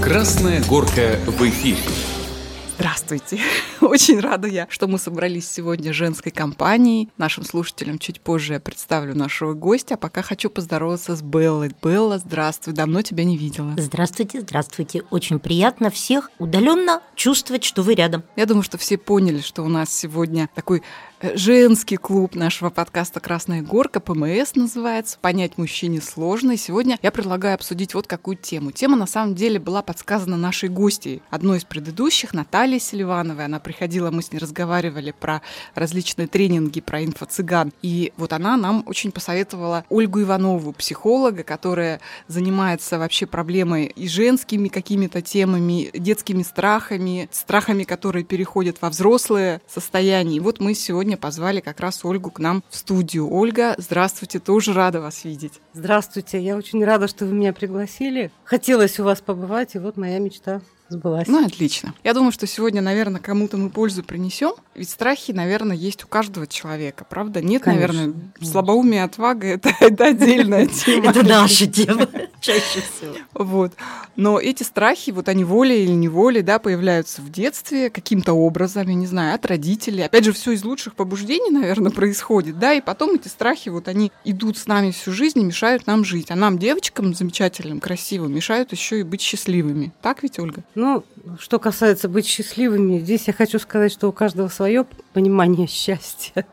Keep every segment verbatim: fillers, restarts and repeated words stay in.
Красная горка в эфире. Здравствуйте. Очень рада я, что мы собрались сегодня женской компанией. Нашим слушателям чуть позже я представлю нашего гостя, а пока хочу поздороваться с Беллой. Белла, здравствуй, давно тебя не видела. Здравствуйте, здравствуйте. Очень приятно всех удаленно чувствовать, что вы рядом. Я думаю, что все поняли, что у нас сегодня такой женский клуб нашего подкаста «Красная горка», ПМС называется. Понять мужчине сложно. И сегодня я предлагаю обсудить вот какую тему. Тема, на самом деле, была подсказана нашей гостьей. Одной из предыдущих, Натальей Селивановой. Она приходила, мы с ней разговаривали про различные тренинги, про инфо-цыган. И вот она нам очень посоветовала Ольгу Иванову, психолога, которая занимается вообще проблемой и женскими какими-то темами, детскими страхами, страхами, которые переходят во взрослые состояния. И вот мы сегодня позвали как раз Ольгу к нам в студию. Ольга, здравствуйте, тоже рада вас видеть. Здравствуйте, я очень рада, что вы меня пригласили. Хотелось у вас побывать, и вот моя мечта сбылась. Ну, отлично. Я думаю, что сегодня, наверное, кому-то мы пользу принесем. Ведь страхи, наверное, есть у каждого человека, правда? Нет, конечно, наверное, конечно. Слабоумие, отвага — это, это отдельная тема. Это наша тема, чаще всего. Вот. Но эти страхи, вот они волей или неволей, да, появляются в детстве каким-то образом, я не знаю, от родителей. Опять же, все из лучших побуждений, наверное, происходит, да, и потом эти страхи, вот они идут с нами всю жизнь и мешают нам жить. А нам, девочкам замечательным, красивым, мешают еще и быть счастливыми. Так ведь, Ольга? Ну, что касается быть счастливыми, здесь я хочу сказать, что у каждого свое понимание счастья.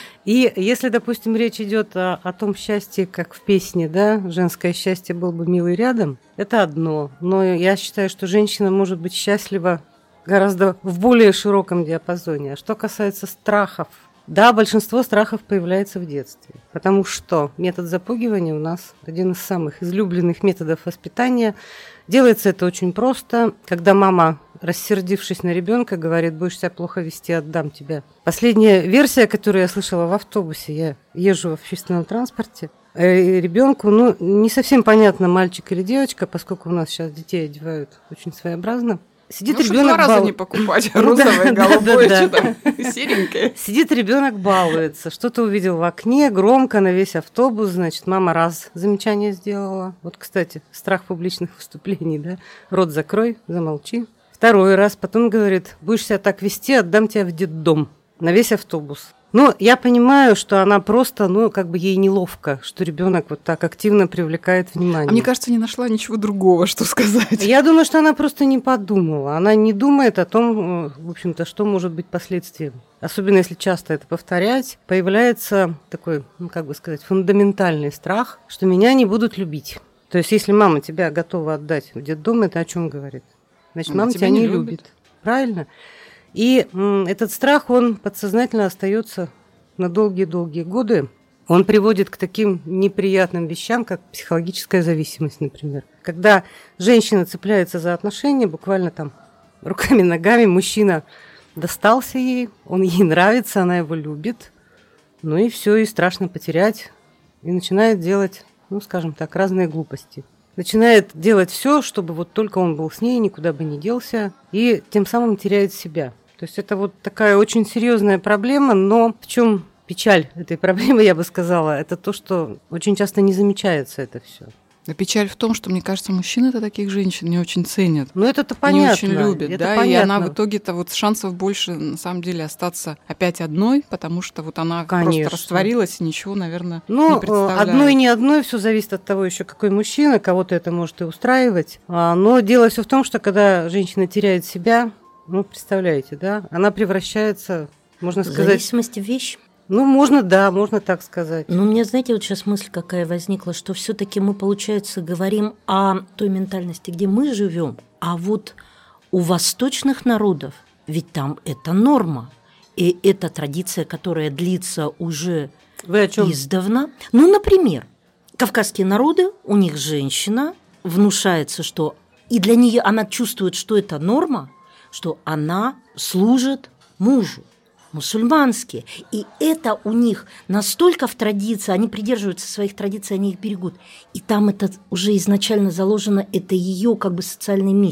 И если, допустим, речь идет о, о том счастье, как в песне, да, женское счастье был бы милый рядом, это одно. Но я считаю, что женщина может быть счастлива гораздо в более широком диапазоне. А что касается страхов, да, большинство страхов появляется в детстве, потому что метод запугивания у нас один из самых излюбленных методов воспитания. Делается это очень просто, когда мама, рассердившись на ребенка, говорит: будешь себя плохо вести, отдам тебя. Последняя версия, которую я слышала в автобусе, я езжу в общественном транспорте, ребенку, ну, не совсем понятно, мальчик или девочка, поскольку у нас сейчас детей одевают очень своеобразно. Сидит ну, ребенок, два раза бал... не покупать, розовое, голубое, что там, серенькое. Сидит ребенок, балуется, что-то увидел в окне, громко на весь автобус, значит, мама раз замечание сделала. Вот, кстати, страх публичных выступлений, да, рот закрой, замолчи. Второй раз, потом говорит: будешь себя так вести, отдам тебя в детдом, на весь автобус. Ну, я понимаю, что она просто, ну, как бы ей неловко, что ребенок вот так активно привлекает внимание. А мне кажется, не нашла ничего другого, что сказать. Я думаю, что она просто не подумала. Она не думает о том, в общем-то, что может быть последствием. Особенно если часто это повторять, появляется такой, ну, как бы сказать, фундаментальный страх, что меня не будут любить. То есть, если мама тебя готова отдать в детдом, это о чем говорит? Значит, мама тебя, тебя не любит. любит. Правильно? И м, этот страх, он подсознательно остается на долгие-долгие годы. Он приводит к таким неприятным вещам, как психологическая зависимость, например. Когда женщина цепляется за отношения, буквально там руками-ногами, мужчина достался ей, он ей нравится, она его любит, ну и все, и страшно потерять, и начинает делать, ну, скажем так, разные глупости. Начинает делать все, чтобы вот только он был с ней, никуда бы не делся, и тем самым теряет себя. То есть это вот такая очень серьезная проблема, но в чем печаль этой проблемы, я бы сказала, это то, что очень часто не замечается это все. А печаль в том, что, мне кажется, мужчины-то таких женщин не очень ценят. Ну, это-то понятно. Не очень любят, это да, понятно. И она в итоге-то вот шансов больше, на самом деле, остаться опять одной, потому что вот она Конечно. просто растворилась и ничего, наверное, ну, не представляет. Одной и не одной, все зависит от того еще, какой мужчина, кого-то это может и устраивать. Но дело все в том, что когда женщина теряет себя, ну, представляете, да, она превращается, можно сказать... Зависимость в вещь. Ну, можно, да, можно так сказать. Ну, мне, знаете, вот сейчас мысль какая возникла, что все-таки мы, получается, говорим о той ментальности, где мы живем, а вот у восточных народов, ведь там это норма, и это традиция, которая длится уже Вы о чем? издавна. Ну, например, кавказские народы, у них женщина внушается, что и для нее она чувствует, что это норма, что она служит мужу. Мусульманские. И это у них настолько в традиции, они придерживаются своих традиций, они их берегут. И там это уже изначально заложено, это ее как бы социальная миссия.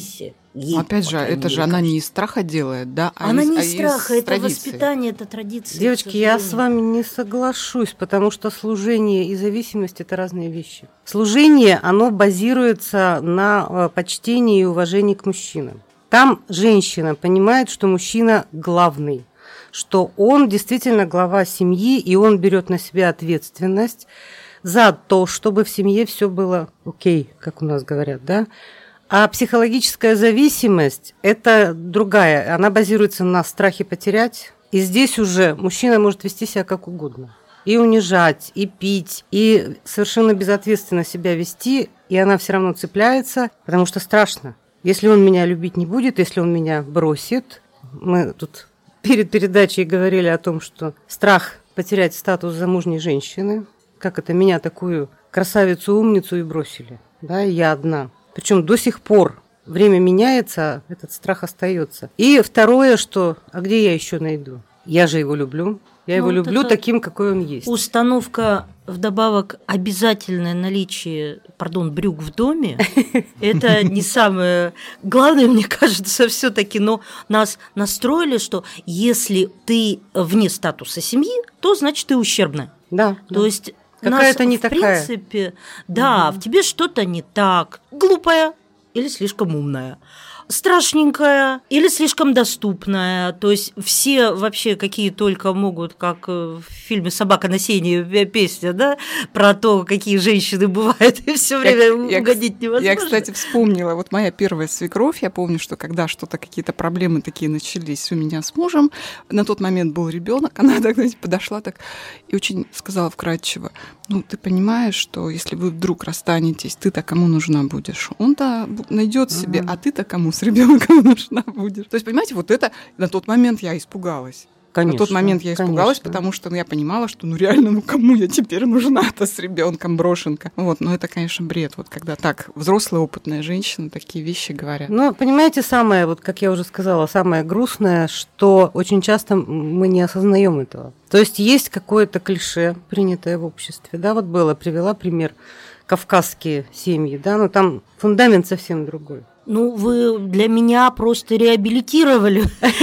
Ей, Но опять же, это же она не из страха делает, да? А она из, не а из страха, из это традиции. воспитание, это традиция. Девочки, я с вами не соглашусь, потому что служение и зависимость – это разные вещи. Служение, оно базируется на почтении и уважении к мужчинам. Там женщина понимает, что мужчина главный, что он действительно глава семьи, и он берет на себя ответственность за то, чтобы в семье все было окей, как у нас говорят, да? А психологическая зависимость – это другая. Она базируется на страхе потерять. И здесь уже мужчина может вести себя как угодно. И унижать, и пить, и совершенно безответственно себя вести. И она все равно цепляется, потому что страшно. Если он меня любить не будет, если он меня бросит. Мы тут перед передачей говорили о том, что страх потерять статус замужней женщины. Как это меня, такую красавицу-умницу, и бросили. Да, и я одна. Причем до сих пор время меняется, этот страх остается. И второе, что, а где я еще найду? Я же его люблю. Я ну, его люблю таким, какой он есть. Установка вдобавок обязательное наличие, пардон, брюк в доме, это не самое главное, мне кажется, все-таки. Но нас настроили, что если ты вне статуса семьи, то значит ты ущербная. Да. То есть какая-то не в такая. В принципе, да, угу. В тебе что-то не так. Глупая или слишком умная. Страшненькая или слишком доступная. То есть все вообще, какие только могут, как в фильме «Собака на сене» песня, да, про то, какие женщины бывают, и все время я, угодить я, невозможно. Я, кстати, вспомнила, вот моя первая свекровь, я помню, что когда что-то, какие-то проблемы такие начались у меня с мужем, на тот момент был ребенок, она так, знаете, подошла так и очень сказала вкратчиво: ну, ты понимаешь, что если вы вдруг расстанетесь, ты-то кому нужна будешь? Он-то найдет себе, uh-huh. а ты-то кому с ребенком нужна будешь? То есть, понимаете, вот это на тот момент я испугалась. Конечно, на тот момент я испугалась, конечно. Потому что ну, я понимала, что ну реально, ну кому я теперь нужна-то с ребенком брошенка? Вот, но это, конечно, бред. Вот когда так взрослая опытная женщина такие вещи говорят. Ну, понимаете, самое, вот как я уже сказала, самое грустное, что очень часто мы не осознаем этого. То есть есть какое-то клише, принятое в обществе. Да, вот было, привела пример кавказские семьи, да, но там фундамент совсем другой. Ну, вы для меня просто реабилитировали.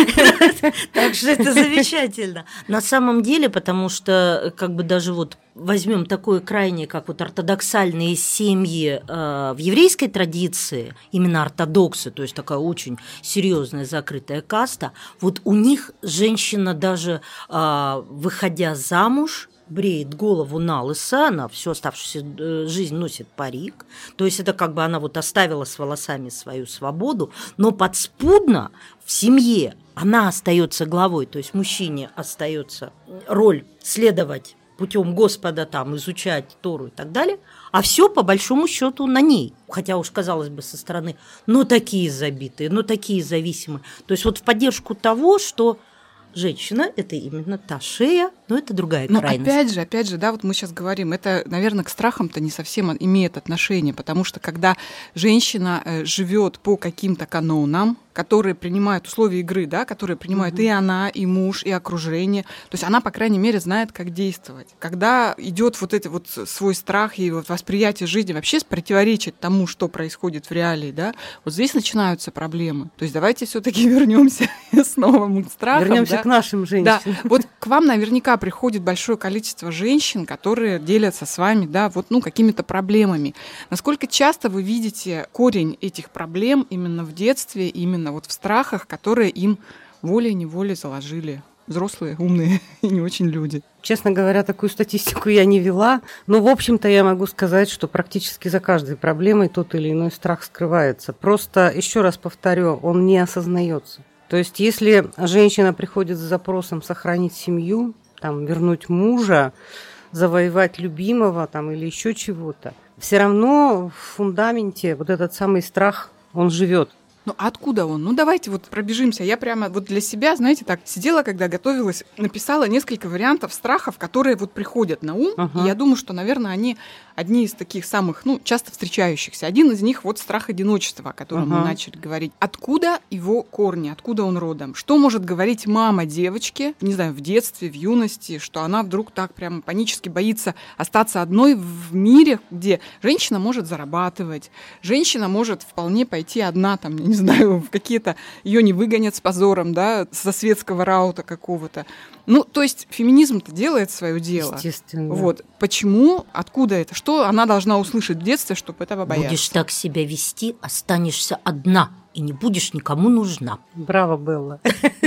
Так что это замечательно. На самом деле, потому что, как бы даже вот возьмем такое крайнее, как вот ортодоксальные семьи э, в еврейской традиции, именно ортодоксы, то есть такая очень серьезная закрытая каста, вот у них женщина даже э, выходя замуж, бреет голову на лысо, она всю оставшуюся жизнь носит парик. То есть это как бы она вот оставила с волосами свою свободу, но подспудно в семье она остается главой, то есть мужчине остается роль следовать путем Господа, там, изучать Тору и так далее, а все по большому счету на ней. Хотя уж казалось бы со стороны, ну такие забитые, ну такие зависимые. То есть вот в поддержку того, что женщина – это именно та шея, но это другая но крайность. опять же, опять же, да, вот мы сейчас говорим, это, наверное, к страхам-то не совсем имеет отношение, потому что когда женщина живет по каким-то канонам, которые принимают условия игры, да, которые принимают угу. и она, и муж, и окружение. То есть она, по крайней мере, знает, как действовать. Когда идет вот это вот свой страх и вот восприятие жизни вообще противоречит тому, что происходит в реалии, да, вот здесь начинаются проблемы. То есть давайте все-таки вернемся снова к страхам. Вернемся да? к нашим женщинам. Да. Вот к вам наверняка приходит большое количество женщин, которые делятся с вами, да, вот, ну, какими-то проблемами. Насколько часто вы видите корень этих проблем именно в детстве, именно вот в страхах, которые им волей-неволей заложили взрослые, умные и не очень люди? Честно говоря, такую статистику я не вела, но, в общем-то, я могу сказать, что практически за каждой проблемой тот или иной страх скрывается. Просто, еще раз повторю, он не осознается. То есть, если женщина приходит с запросом сохранить семью, там, вернуть мужа, завоевать любимого там, или еще чего-то, все равно в фундаменте вот этот самый страх, он живет. Ну, а откуда он? Ну, давайте вот пробежимся. Я прямо вот для себя, знаете, так сидела, когда готовилась, написала несколько вариантов страхов, которые вот приходят на ум. Uh-huh. И я думаю, что, наверное, они одни из таких самых, ну, часто встречающихся. Один из них вот страх одиночества, о котором uh-huh. мы начали говорить. Откуда его корни? Откуда он родом? Что может говорить мама девочке, не знаю, в детстве, в юности, что она вдруг так прям панически боится остаться одной в мире, где женщина может зарабатывать, женщина может вполне пойти одна, там, не знаю, в какие-то... Ее не выгонят с позором, да, со светского раута какого-то. Ну, то есть феминизм-то делает свое дело. Естественно. Вот. Почему? Откуда это? Что она должна услышать в детстве, чтобы этого бояться? Будешь так себя вести, останешься одна и не будешь никому нужна. Браво, Белла.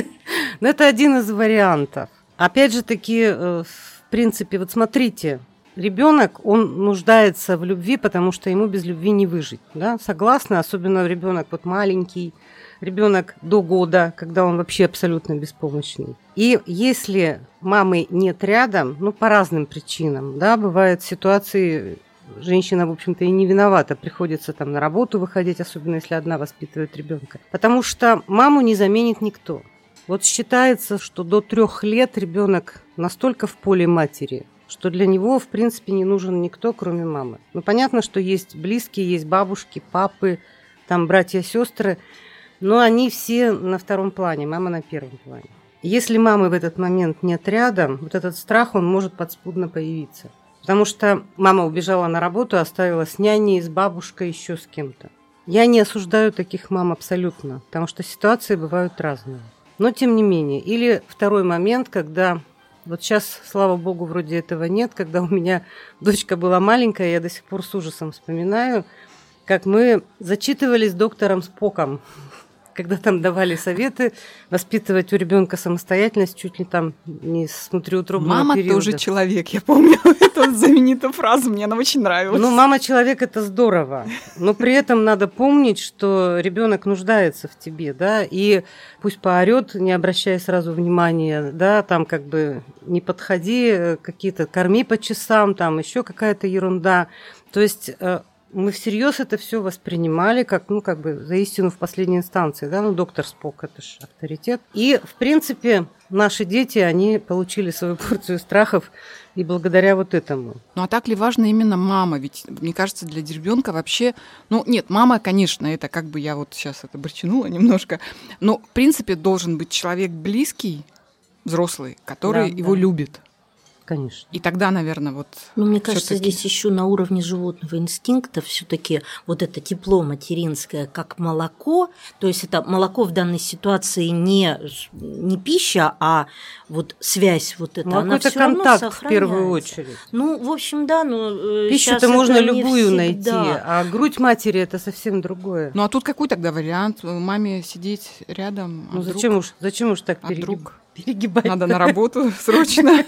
Но это один из вариантов. Опять же таки, в принципе, вот смотрите, ребенок, он нуждается в любви, потому что ему без любви не выжить. Да? Согласна, особенно ребенок вот маленький, ребенок до года, когда он вообще абсолютно беспомощный. И если мамы нет рядом, ну, по разным причинам, да, бывают ситуации, женщина, в общем-то, и не виновата, приходится там на работу выходить, особенно если одна воспитывает ребенка, потому что маму не заменит никто. Вот считается, что до трех лет ребенок настолько в поле матери, что для него, в принципе, не нужен никто, кроме мамы. Ну, понятно, что есть близкие, есть бабушки, папы, там братья, сестры, но они все на втором плане, мама на первом плане. Если мамы в этот момент нет рядом, вот этот страх, он может подспудно появиться. Потому что мама убежала на работу, оставила с няней, с бабушкой, еще с кем-то. Я не осуждаю таких мам абсолютно, потому что ситуации бывают разные. Но тем не менее. Или второй момент, когда... Вот сейчас, слава богу, вроде этого нет. Когда у меня дочка была маленькая, я до сих пор с ужасом вспоминаю, как мы зачитывались доктором Споком, когда там давали советы воспитывать у ребенка самостоятельность, чуть ли там не с внутриутробного мама периода. Мама тоже человек, я помню эту знаменитую фразу, мне она очень нравилась. Ну, мама человек – это здорово, но при этом надо помнить, что ребенок нуждается в тебе, да, и пусть поорет, не обращая сразу внимания, да, там как бы не подходи, какие-то корми по часам, там еще какая-то ерунда. То есть мы всерьез это все воспринимали как, ну, как бы за истину в последней инстанции, да, ну, доктор Спок, это же авторитет. И, в принципе, наши дети, они получили свою порцию страхов и благодаря вот этому. Ну, а так ли важна именно мама? Ведь, мне кажется, для ребенка вообще... Ну, нет, мама, конечно, это как бы я вот сейчас это борчанула немножко, но, в принципе, должен быть человек близкий, взрослый, который да, его да. любит. Конечно. И тогда, наверное, вот... Ну, мне кажется, всё-таки... здесь еще на уровне животного инстинкта все-таки вот это тепло материнское, как молоко, то есть это молоко в данной ситуации не, не пища, а вот связь вот эта, ну, она какой-то всё равно контакт в первую сохраняется. очередь. Ну, в общем, да, но пищу-то можно любую всегда. найти, а грудь матери это совсем другое. Ну, а тут какой тогда вариант? Маме сидеть рядом? А ну, вдруг... зачем уж, зачем уж так а перегиб... вдруг? перегибать? Надо на работу срочно.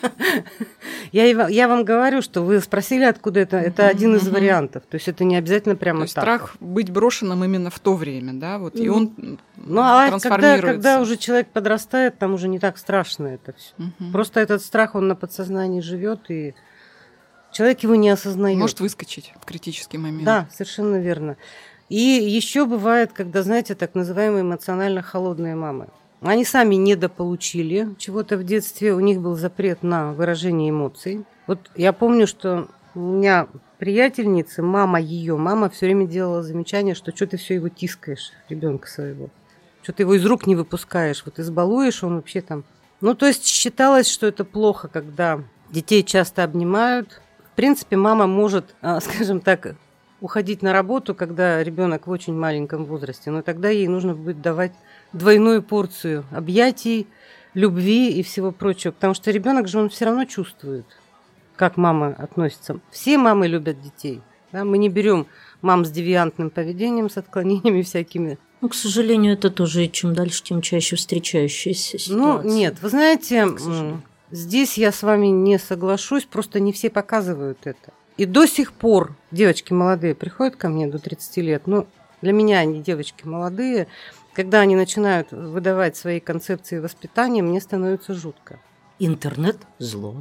Я, я вам говорю, что вы спросили, откуда это. Это один из вариантов. То есть это не обязательно прямо так. Страх быть брошенным именно в то время, да, вот, и он ну, а трансформируется. Когда, когда уже человек подрастает, там уже не так страшно это все. Угу. Просто этот страх, он на подсознании живет, и человек его не осознает. Может выскочить в критический момент. Да, совершенно верно. И еще бывает, когда, знаете, так называемые эмоционально холодные мамы. Они сами недополучили чего-то в детстве, у них был запрет на выражение эмоций. Вот я помню, что у меня приятельница, мама ее, мама все время делала замечание, что что ты все его тискаешь, ребенка своего. Что ты его из рук не выпускаешь, вот избалуешь, он вообще там... Ну, то есть считалось, что это плохо, когда детей часто обнимают. В принципе, мама может, скажем так, уходить на работу, когда ребенок в очень маленьком возрасте, но тогда ей нужно будет давать двойную порцию объятий, любви и всего прочего, потому что ребенок же он все равно чувствует, как мама относится. Все мамы любят детей. Да? Мы не берем мам с девиантным поведением, с отклонениями всякими. Ну, к сожалению, это тоже чем дальше, тем чаще встречающаяся ситуация. Ну, нет, вы знаете, здесь я с вами не соглашусь, просто не все показывают это. И до сих пор девочки молодые приходят ко мне до тридцати лет, ну, для меня они девочки молодые, когда они начинают выдавать свои концепции воспитания, мне становится жутко. Интернет – зло.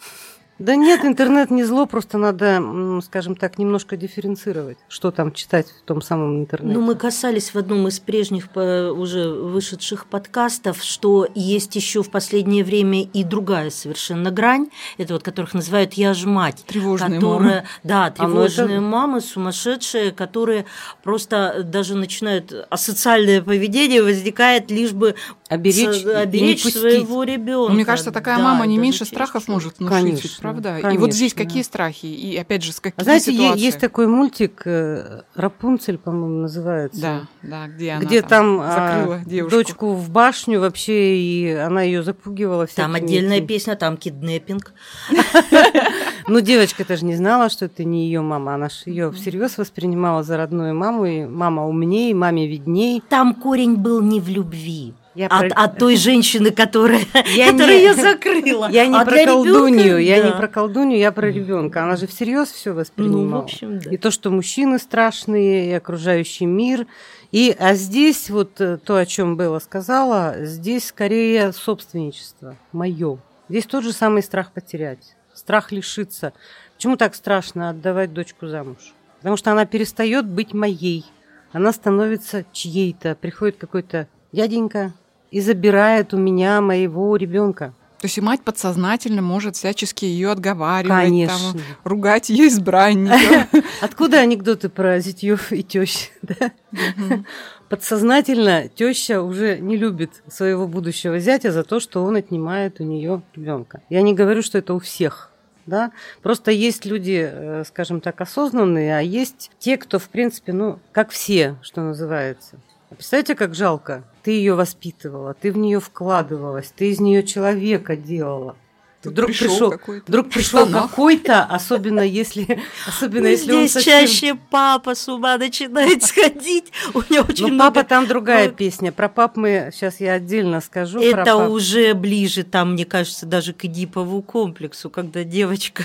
Да нет, интернет не зло, просто надо, скажем так, немножко дифференцировать, что там читать в том самом интернете. Ну, мы касались в одном из прежних уже вышедших подкастов, что есть еще в последнее время и другая совершенно грань, это вот которых называют «я ж мать». Тревожные которая, мамы. Да, тревожные а это... мамы, сумасшедшие, которые просто даже начинают... асоциальное поведение возникает лишь бы Оберечь, оберечь своего ребенка. Ну, мне кажется, такая да, мама не даже меньше через страхов что. может внушить, Конечно, ведь, правда? конечно. И вот здесь какие страхи? И опять же, с какими Знаете, ситуациями? есть такой мультик «Рапунцель», по-моему, называется. Да, да, где она где там, там закрыла а, девушку. Дочку в башню вообще, и она ее запугивала. Там отдельная этим. Песня, там киднеппинг. Ну, девочка-то же не знала, что это не ее мама. Она же ее всерьез воспринимала за родную маму, и мама умней, маме видней. Там корень был не в любви. Я от, про... от той женщины, которая, я которая не... ее закрыла. Я не а про колдунью, ребенка, я да. не про колдунью, я про ребенка. Она же всерьез все воспринимала. Ну, в общем, да. И то, что мужчины страшные, и окружающий мир. И, а здесь вот то, о чем Белла сказала, здесь скорее собственничество мое. Здесь тот же самый страх потерять, страх лишиться. Почему так страшно отдавать дочку замуж? Потому что она перестает быть моей, она становится чьей-то. Приходит какой-то дяденька и забирает у меня моего ребенка. То есть и мать подсознательно может всячески ее отговаривать, Конечно. Там, ругать ее избранника. Откуда анекдоты про зятьев и тещ? Да? Угу. Подсознательно теща уже не любит своего будущего зятя за то, что он отнимает у нее ребенка. Я не говорю, что это у всех. Да? Просто есть люди, скажем так, осознанные, а есть те, кто, в принципе, ну, как все, что называется. Представляете, как жалко? Ты ее воспитывала, ты в нее вкладывалась, ты из нее человека делала. Тут Вдруг пришел пришел, какой-то. вдруг пришел какой-то, особенно если, особенно ну, если здесь он совсем... чаще папа с ума начинает сходить. У него очень Но много... папа там другая песня. Про пап мы сейчас я отдельно скажу. Это про пап. уже ближе, там, мне кажется, даже к Эдипову комплексу, когда девочка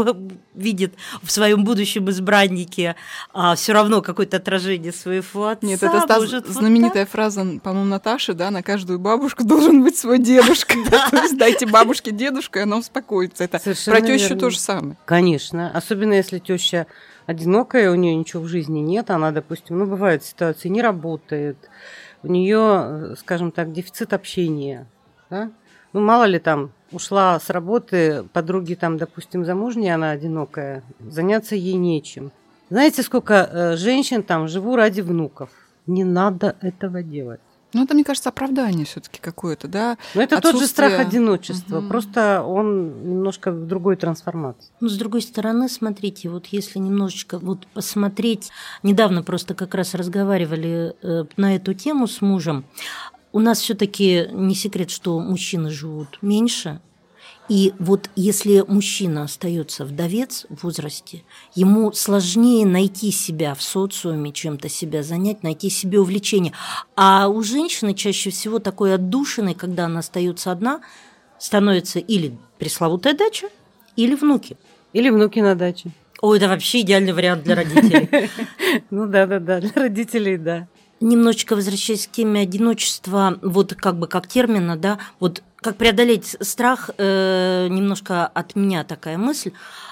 видит в своем будущем избраннике а, все равно какое-то отражение своего отца. Нет, это та может, знаменитая вот фраза, по-моему, Наташи, да, на каждую бабушку должен быть свой дедушка. То есть дайте бабушке дедушку, и она успокоится. Это Совершенно про тещу верно. то же самое. Конечно. Особенно если теща одинокая, у нее ничего в жизни нет, она, допустим, ну, бывают ситуации, не работает, у нее, скажем так, дефицит общения. Да? Ну, мало ли там, ушла с работы, подруги там, допустим, замужние, она одинокая, заняться ей нечем. Знаете, сколько э, женщин там живу ради внуков? Не надо этого делать. Ну, это, мне кажется, оправдание все-таки какое-то, да? Но это Отсутствие... тот же страх одиночества, угу. Просто он немножко в другой трансформации. Но с другой стороны, смотрите, вот если немножечко вот посмотреть, недавно просто как раз разговаривали э, на эту тему с мужем, у нас все-таки не секрет, что мужчины живут меньше. И вот если мужчина остается вдовец в возрасте, ему сложнее найти себя в социуме, чем-то себя занять, найти себе увлечение. А у женщины чаще всего такой отдушиной, когда она остается одна, становится или пресловутая дача, или внуки. Или внуки на даче. Ой, это вообще идеальный вариант для родителей. Ну да-да-да, для родителей, да. Немножечко возвращаясь к теме одиночества, вот как бы как термина, да, вот как преодолеть страх, э, немножко от меня такая мысль.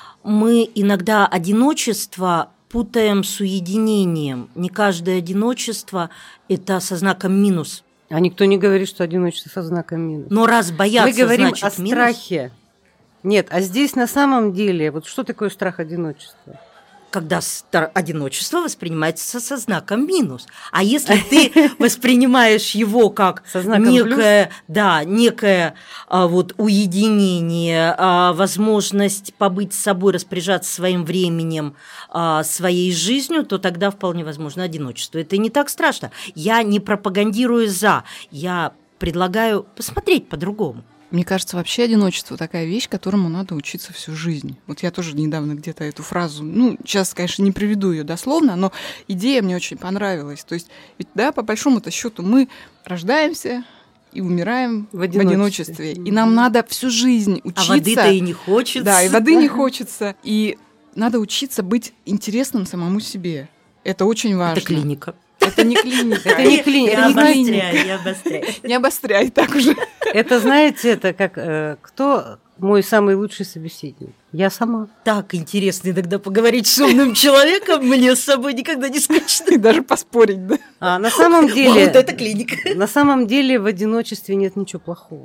Мы иногда одиночество путаем с уединением. Не каждое одиночество – это со знаком минус. А никто не говорит, что одиночество со знаком минус. Но раз бояться, мы говорим значит, о минус. страхе. Нет, а здесь на самом деле, вот что такое страх одиночества? Когда одиночество воспринимается со знаком минус. А если ты воспринимаешь его как некое, да, некое а, вот, уединение, а, возможность побыть с собой, распоряжаться своим временем, а, своей жизнью, то тогда вполне возможно одиночество. Это не так страшно. Я не пропагандирую за, я предлагаю посмотреть по-другому. Мне кажется, вообще одиночество такая вещь, которому надо учиться всю жизнь. Вот я тоже недавно где-то эту фразу, ну, сейчас, конечно, не приведу ее дословно, но идея мне очень понравилась. То есть, ведь, да, по большому-то счету мы рождаемся и умираем в одиночестве. в одиночестве. И нам надо всю жизнь учиться. А воды-то и не хочется. Да, и воды не хочется. И надо учиться быть интересным самому себе. Это очень важно. Это клиника. Это не клиника. Это не клиника. Я обостряю, я обостряю. Не обостряй так уже. Это, знаете, это как э, кто мой самый лучший собеседник? Я сама. Так интересно иногда поговорить с умным человеком, мне с собой никогда не скучно. И даже поспорить, да? А на самом деле... Вот это клиника. На самом деле в одиночестве нет ничего плохого.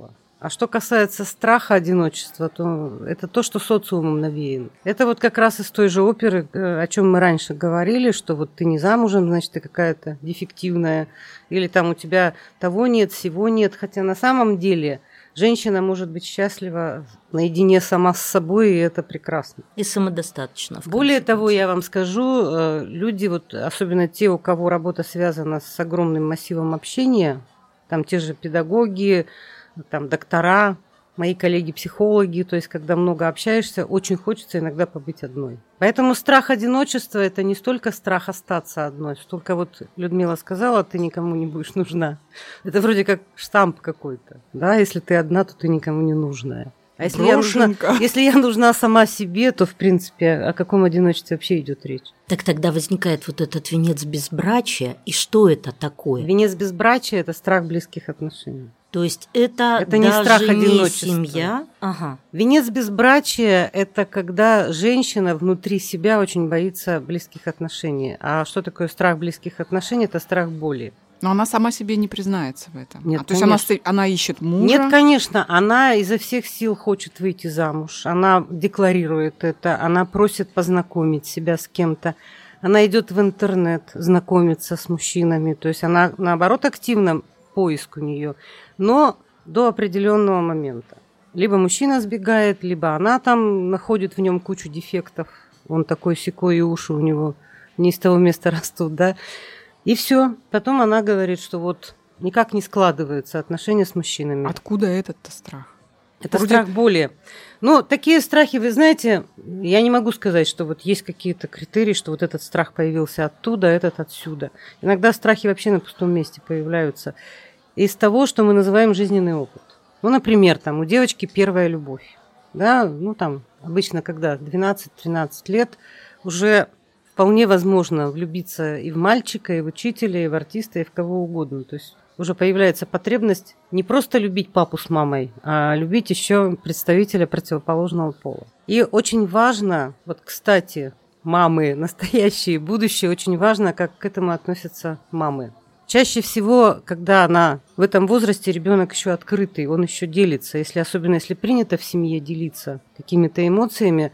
А что касается страха одиночества, то это то, что социумом навеяно. Это вот как раз из той же оперы, о чем мы раньше говорили, что вот ты не замужем, значит, ты какая-то дефективная, или там у тебя того нет, всего нет. Хотя на самом деле женщина может быть счастлива наедине сама с собой, и это прекрасно. И самодостаточно. Более того, я вам скажу, люди, вот, особенно те, у кого работа связана с огромным массивом общения, там те же педагоги, там доктора, мои коллеги-психологи, то есть когда много общаешься, очень хочется иногда побыть одной. Поэтому страх одиночества – это не столько страх остаться одной, столько вот Людмила сказала, ты никому не будешь нужна. Это вроде как штамп какой-то, да, если ты одна, то ты никому не нужная. А если я, нужна, если я нужна сама себе, то, в принципе, о каком одиночестве вообще идет речь? Так тогда возникает вот этот венец безбрачия. И что это такое? Венец безбрачия – это страх близких отношений. То есть это, это не даже страх не одиночества. Семья? Ага. Венец безбрачия – это когда женщина внутри себя очень боится близких отношений. А что такое страх близких отношений? Это страх боли. Но она сама себе не признается в этом. Нет, а, то есть она, она ищет мужа? Нет, конечно. Она изо всех сил хочет выйти замуж. Она декларирует это. Она просит познакомить себя с кем-то. Она идет в интернет знакомиться с мужчинами. То есть она, наоборот, активна, поиск у нее. Но до определенного момента. Либо мужчина сбегает, либо она там находит в нем кучу дефектов. Он такой-сякой, и уши у него не из того места растут, да. И все. Потом она говорит, что вот никак не складываются отношения с мужчинами. Откуда этот-то страх? Это Вроде... страх боли. Ну, такие страхи, вы знаете, я не могу сказать, что вот есть какие-то критерии, что вот этот страх появился оттуда, этот отсюда. Иногда страхи вообще на пустом месте появляются. Из того, что мы называем жизненный опыт. Ну, например, там у девочки первая любовь. Да, ну там обычно, когда двенадцать-тринадцать лет, уже вполне возможно влюбиться и в мальчика, и в учителя, и в артиста, и в кого угодно. То есть уже появляется потребность не просто любить папу с мамой, а любить еще представителя противоположного пола. И очень важно, вот, кстати, мамы, настоящие, будущие, очень важно, как к этому относятся мамы. Чаще всего, когда она в этом возрасте, ребенок еще открытый, он еще делится, если, особенно если принято в семье делиться какими-то эмоциями,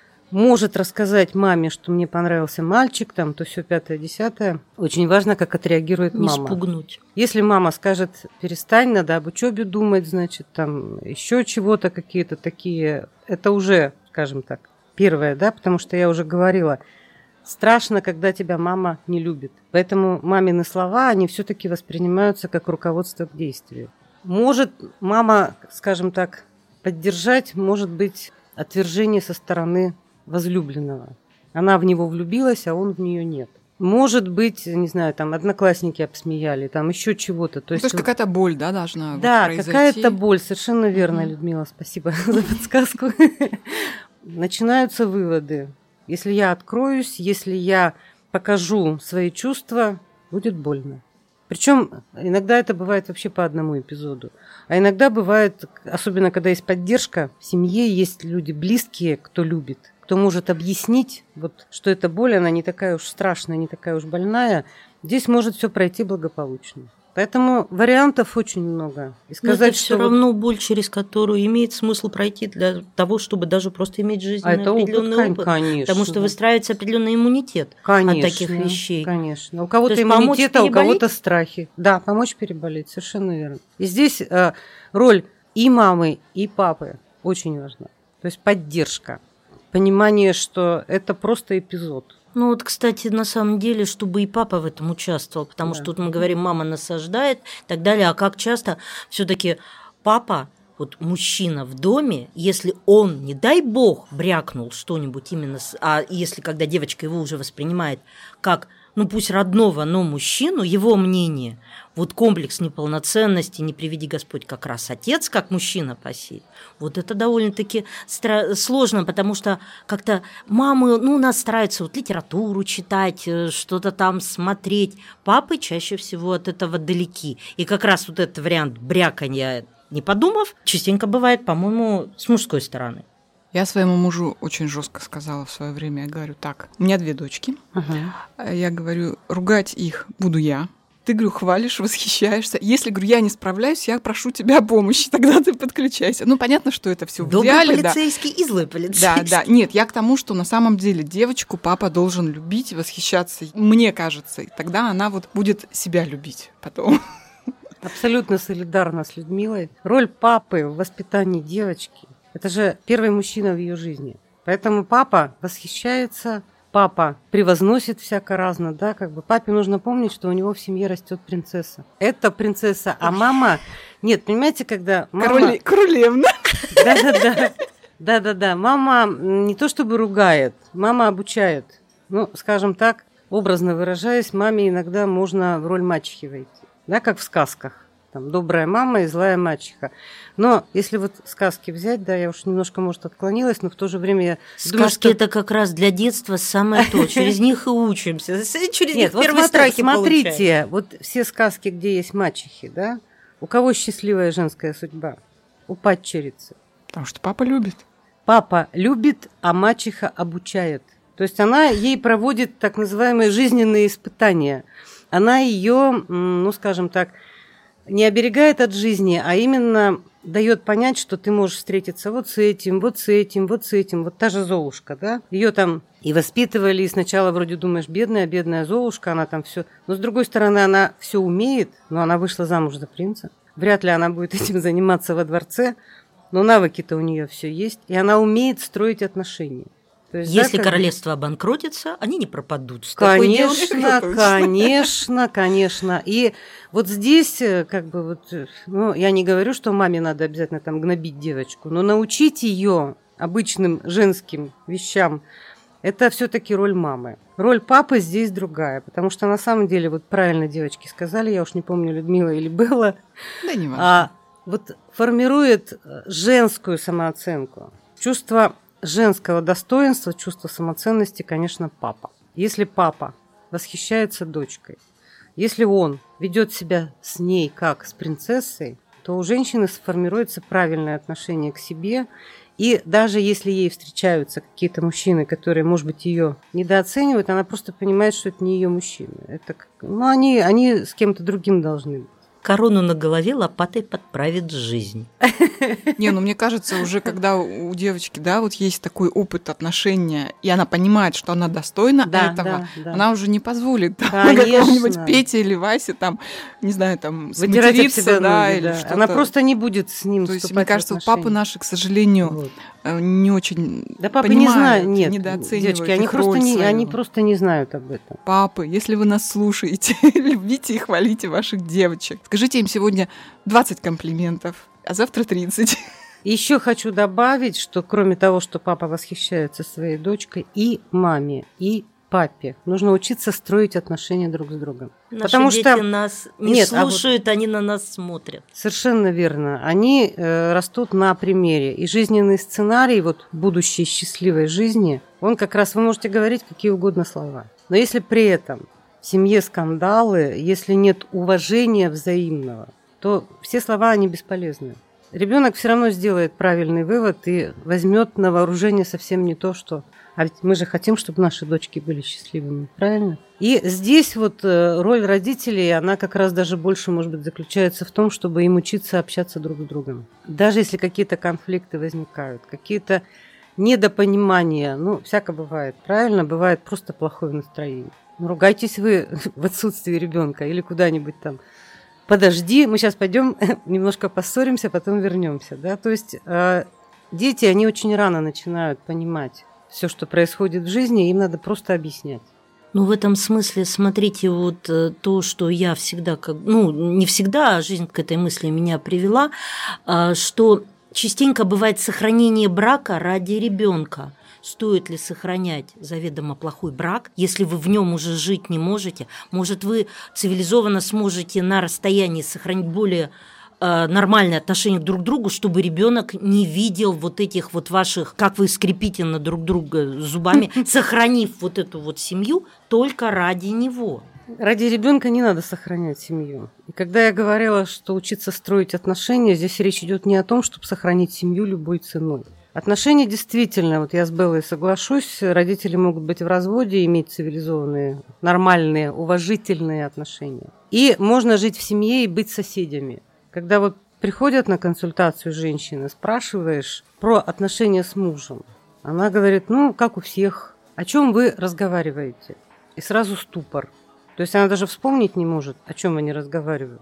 может рассказать маме, что мне понравился мальчик, там, то все пятое-десятое. Очень важно, как отреагирует не мама. Не спугнуть. Если мама скажет, перестань, надо об учебе думать, значит, там, еще чего-то, какие-то такие, это уже, скажем так, первое, да, потому что я уже говорила, страшно, когда тебя мама не любит. Поэтому мамины слова, они все-таки воспринимаются как руководство к действию. Может мама, скажем так, поддержать, может быть, отвержение со стороны возлюбленного. Она в него влюбилась, а он в нее нет. Может быть, не знаю, там одноклассники обсмеяли, там еще чего-то. То, ну, есть, то есть какая-то боль, да, должна да, вот произойти? Да, какая-то боль, совершенно верно, mm-hmm. Людмила, спасибо за подсказку. Начинаются выводы. Если я откроюсь, если я покажу свои чувства, будет больно. Причем иногда это бывает вообще по одному эпизоду. А иногда бывает, особенно когда есть поддержка, в семье есть люди близкие, кто любит, кто может объяснить, вот, что эта боль, она не такая уж страшная, не такая уж больная. Здесь может все пройти благополучно. Поэтому вариантов очень много. И сказать, но это что все равно вот... боль, через которую имеет смысл пройти для того, чтобы даже просто иметь жизненный а определенный опыт, опыт. Конечно. Потому что выстраивается определенный иммунитет конечно, от таких вещей. Конечно. У кого-то иммунитет, а у кого-то страхи. Да, помочь переболеть, совершенно верно. И здесь э, роль и мамы, и папы очень важна. То есть поддержка, понимание, что это просто эпизод. Ну вот, кстати, на самом деле, чтобы и папа в этом участвовал, потому да. что тут мы говорим, мама насаждает и так далее, а как часто все-таки папа, вот мужчина в доме, если он, не дай бог, брякнул что-нибудь именно, а если когда девочка его уже воспринимает как, ну пусть родного, но мужчину, его мнение, вот комплекс неполноценности, не приведи Господь, как раз отец, как мужчина пассив, вот это довольно-таки стра- сложно, потому что как-то мамы, ну, у нас стараются вот литературу читать, что-то там смотреть, папы чаще всего от этого далеки, и как раз вот этот вариант бряканья, не подумав, частенько бывает, по-моему, с мужской стороны. Я своему мужу очень жестко сказала в свое время, я говорю, так, у меня две дочки, uh-huh. я говорю, ругать их буду я, Ты, говорю, хвалишь, восхищаешься. Если, говорю, я не справляюсь, я прошу тебя о помощи, тогда ты подключайся. Ну, понятно, что это все в Добрый идеале. полицейский да. и злой полицейский. Да, да. Нет, я к тому, что на самом деле девочку папа должен любить, восхищаться, мне кажется. И тогда она вот будет себя любить потом. Абсолютно солидарна с Людмилой. Роль папы в воспитании девочки – это же первый мужчина в ее жизни. Поэтому папа восхищается, папа превозносит всяко разно, да, как бы папе нужно помнить, что у него в семье растет принцесса. Это принцесса, а мама... Нет, понимаете, когда мама... Короле... Королевна. Да-да-да. Да-да-да. Мама не то чтобы ругает, мама обучает. Ну, скажем так, образно выражаясь, маме иногда можно в роль мачехи войти. Да, как в сказках. Там добрая мама и злая мачеха. Но если вот сказки взять, да, я уж немножко, может, отклонилась, но в то же время я Сказки думаю, что... это как раз для детства самое то. Через них и учимся. Через Нет, них вот первые смотри, страхи смотрите, получаем. вот все сказки, где есть мачехи, да, у кого счастливая женская судьба? У падчерицы. Потому что папа любит. Папа любит, а мачеха обучает. То есть она ей проводит так называемые жизненные испытания. Она ее, ну, скажем так, не оберегает от жизни, а именно дает понять, что ты можешь встретиться вот с этим, вот с этим, вот с этим. Вот та же Золушка, да? Ее там и воспитывали, и сначала вроде думаешь, бедная, бедная Золушка, она там все. Но с другой стороны, она все умеет, но она вышла замуж за принца. Вряд ли она будет этим заниматься во дворце, но навыки-то у нее все есть, и она умеет строить отношения. То есть, Если да, королевство бы... обанкротится, они не пропадут. С конечно, конечно, конечно. И вот здесь, как бы вот, ну, я не говорю, что маме надо обязательно там гнобить девочку, но научить ее обычным женским вещам, это все-таки роль мамы. Роль папы здесь другая, потому что на самом деле, вот правильно девочки сказали, я уж не помню, Людмила или Белла, да не важно. А, вот формирует женскую самооценку, чувство женского достоинства, чувство самоценности, конечно, папа. Если папа восхищается дочкой, если он ведет себя с ней как с принцессой, то у женщины сформируется правильное отношение к себе. И даже если ей встречаются какие-то мужчины, которые, может быть, ее недооценивают, она просто понимает, что это не ее мужчины. Это, ну, они, они с кем-то другим должны быть. Корону на голове лопатой подправит жизнь. Не, ну мне кажется, уже когда у девочки, да, вот есть такой опыт отношения, и она понимает, что она достойна да, этого, да, да. она уже не позволит там, какому-нибудь Пете или Васе там, не знаю, там, сматериться, да, ноги, или да. что-то. Она просто не будет с ним То есть, вступать мне кажется, папы наши, к сожалению, вот. не очень да, папы понимают, не знают, нет, недооценивают девочки, они просто, не, они просто не знают об этом. Папы, если вы нас слушаете, любите и хвалите ваших девочек. Скажите им сегодня двадцать комплиментов, а завтра тридцать. Еще хочу добавить, что кроме того, что папа восхищается своей дочкой, и маме, и папе нужно учиться строить отношения друг с другом. Наши Потому дети что нас не Нет, слушают, а вот... они на нас смотрят. Совершенно верно. Они э, растут на примере. И жизненный сценарий вот будущей счастливой жизни, он как раз, вы можете говорить какие угодно слова. Но если при этом в семье скандалы, если нет уважения взаимного, то все слова, они бесполезны. Ребенок все равно сделает правильный вывод и возьмет на вооружение совсем не то, что... А ведь мы же хотим, чтобы наши дочки были счастливыми, правильно? И здесь вот роль родителей, она как раз даже больше, может быть, заключается в том, чтобы им учиться общаться друг с другом. Даже если какие-то конфликты возникают, какие-то недопонимания, ну, всяко бывает, правильно? Бывает просто плохое настроение. Ну, ругайтесь вы в отсутствии ребенка или куда-нибудь там. Подожди, мы сейчас пойдем немножко поссоримся, потом вернемся, да? То есть э, дети, они очень рано начинают понимать все, что происходит в жизни, им надо просто объяснять. Ну, в этом смысле, смотрите, вот то, что я всегда, как, ну, не всегда, а жизнь к этой мысли меня привела, что частенько бывает сохранение брака ради ребенка. Стоит ли сохранять заведомо плохой брак, если вы в нем уже жить не можете? Может, вы цивилизованно сможете на расстоянии сохранить более нормальное отношение друг к другу, чтобы ребенок не видел вот этих вот ваших, как вы скрипите на друг друга зубами, сохранив вот эту вот семью только ради него. Ради ребенка не надо сохранять семью. И когда я говорила, что учиться строить отношения, здесь речь идет не о том, чтобы сохранить семью любой ценой. Отношения действительно, вот я с Беллой соглашусь, родители могут быть в разводе и иметь цивилизованные, нормальные, уважительные отношения. И можно жить в семье и быть соседями. Когда вот приходят на консультацию женщины, спрашиваешь про отношения с мужем, она говорит, ну, как у всех, о чем вы разговариваете? И сразу ступор. То есть она даже вспомнить не может, о чем они разговаривают.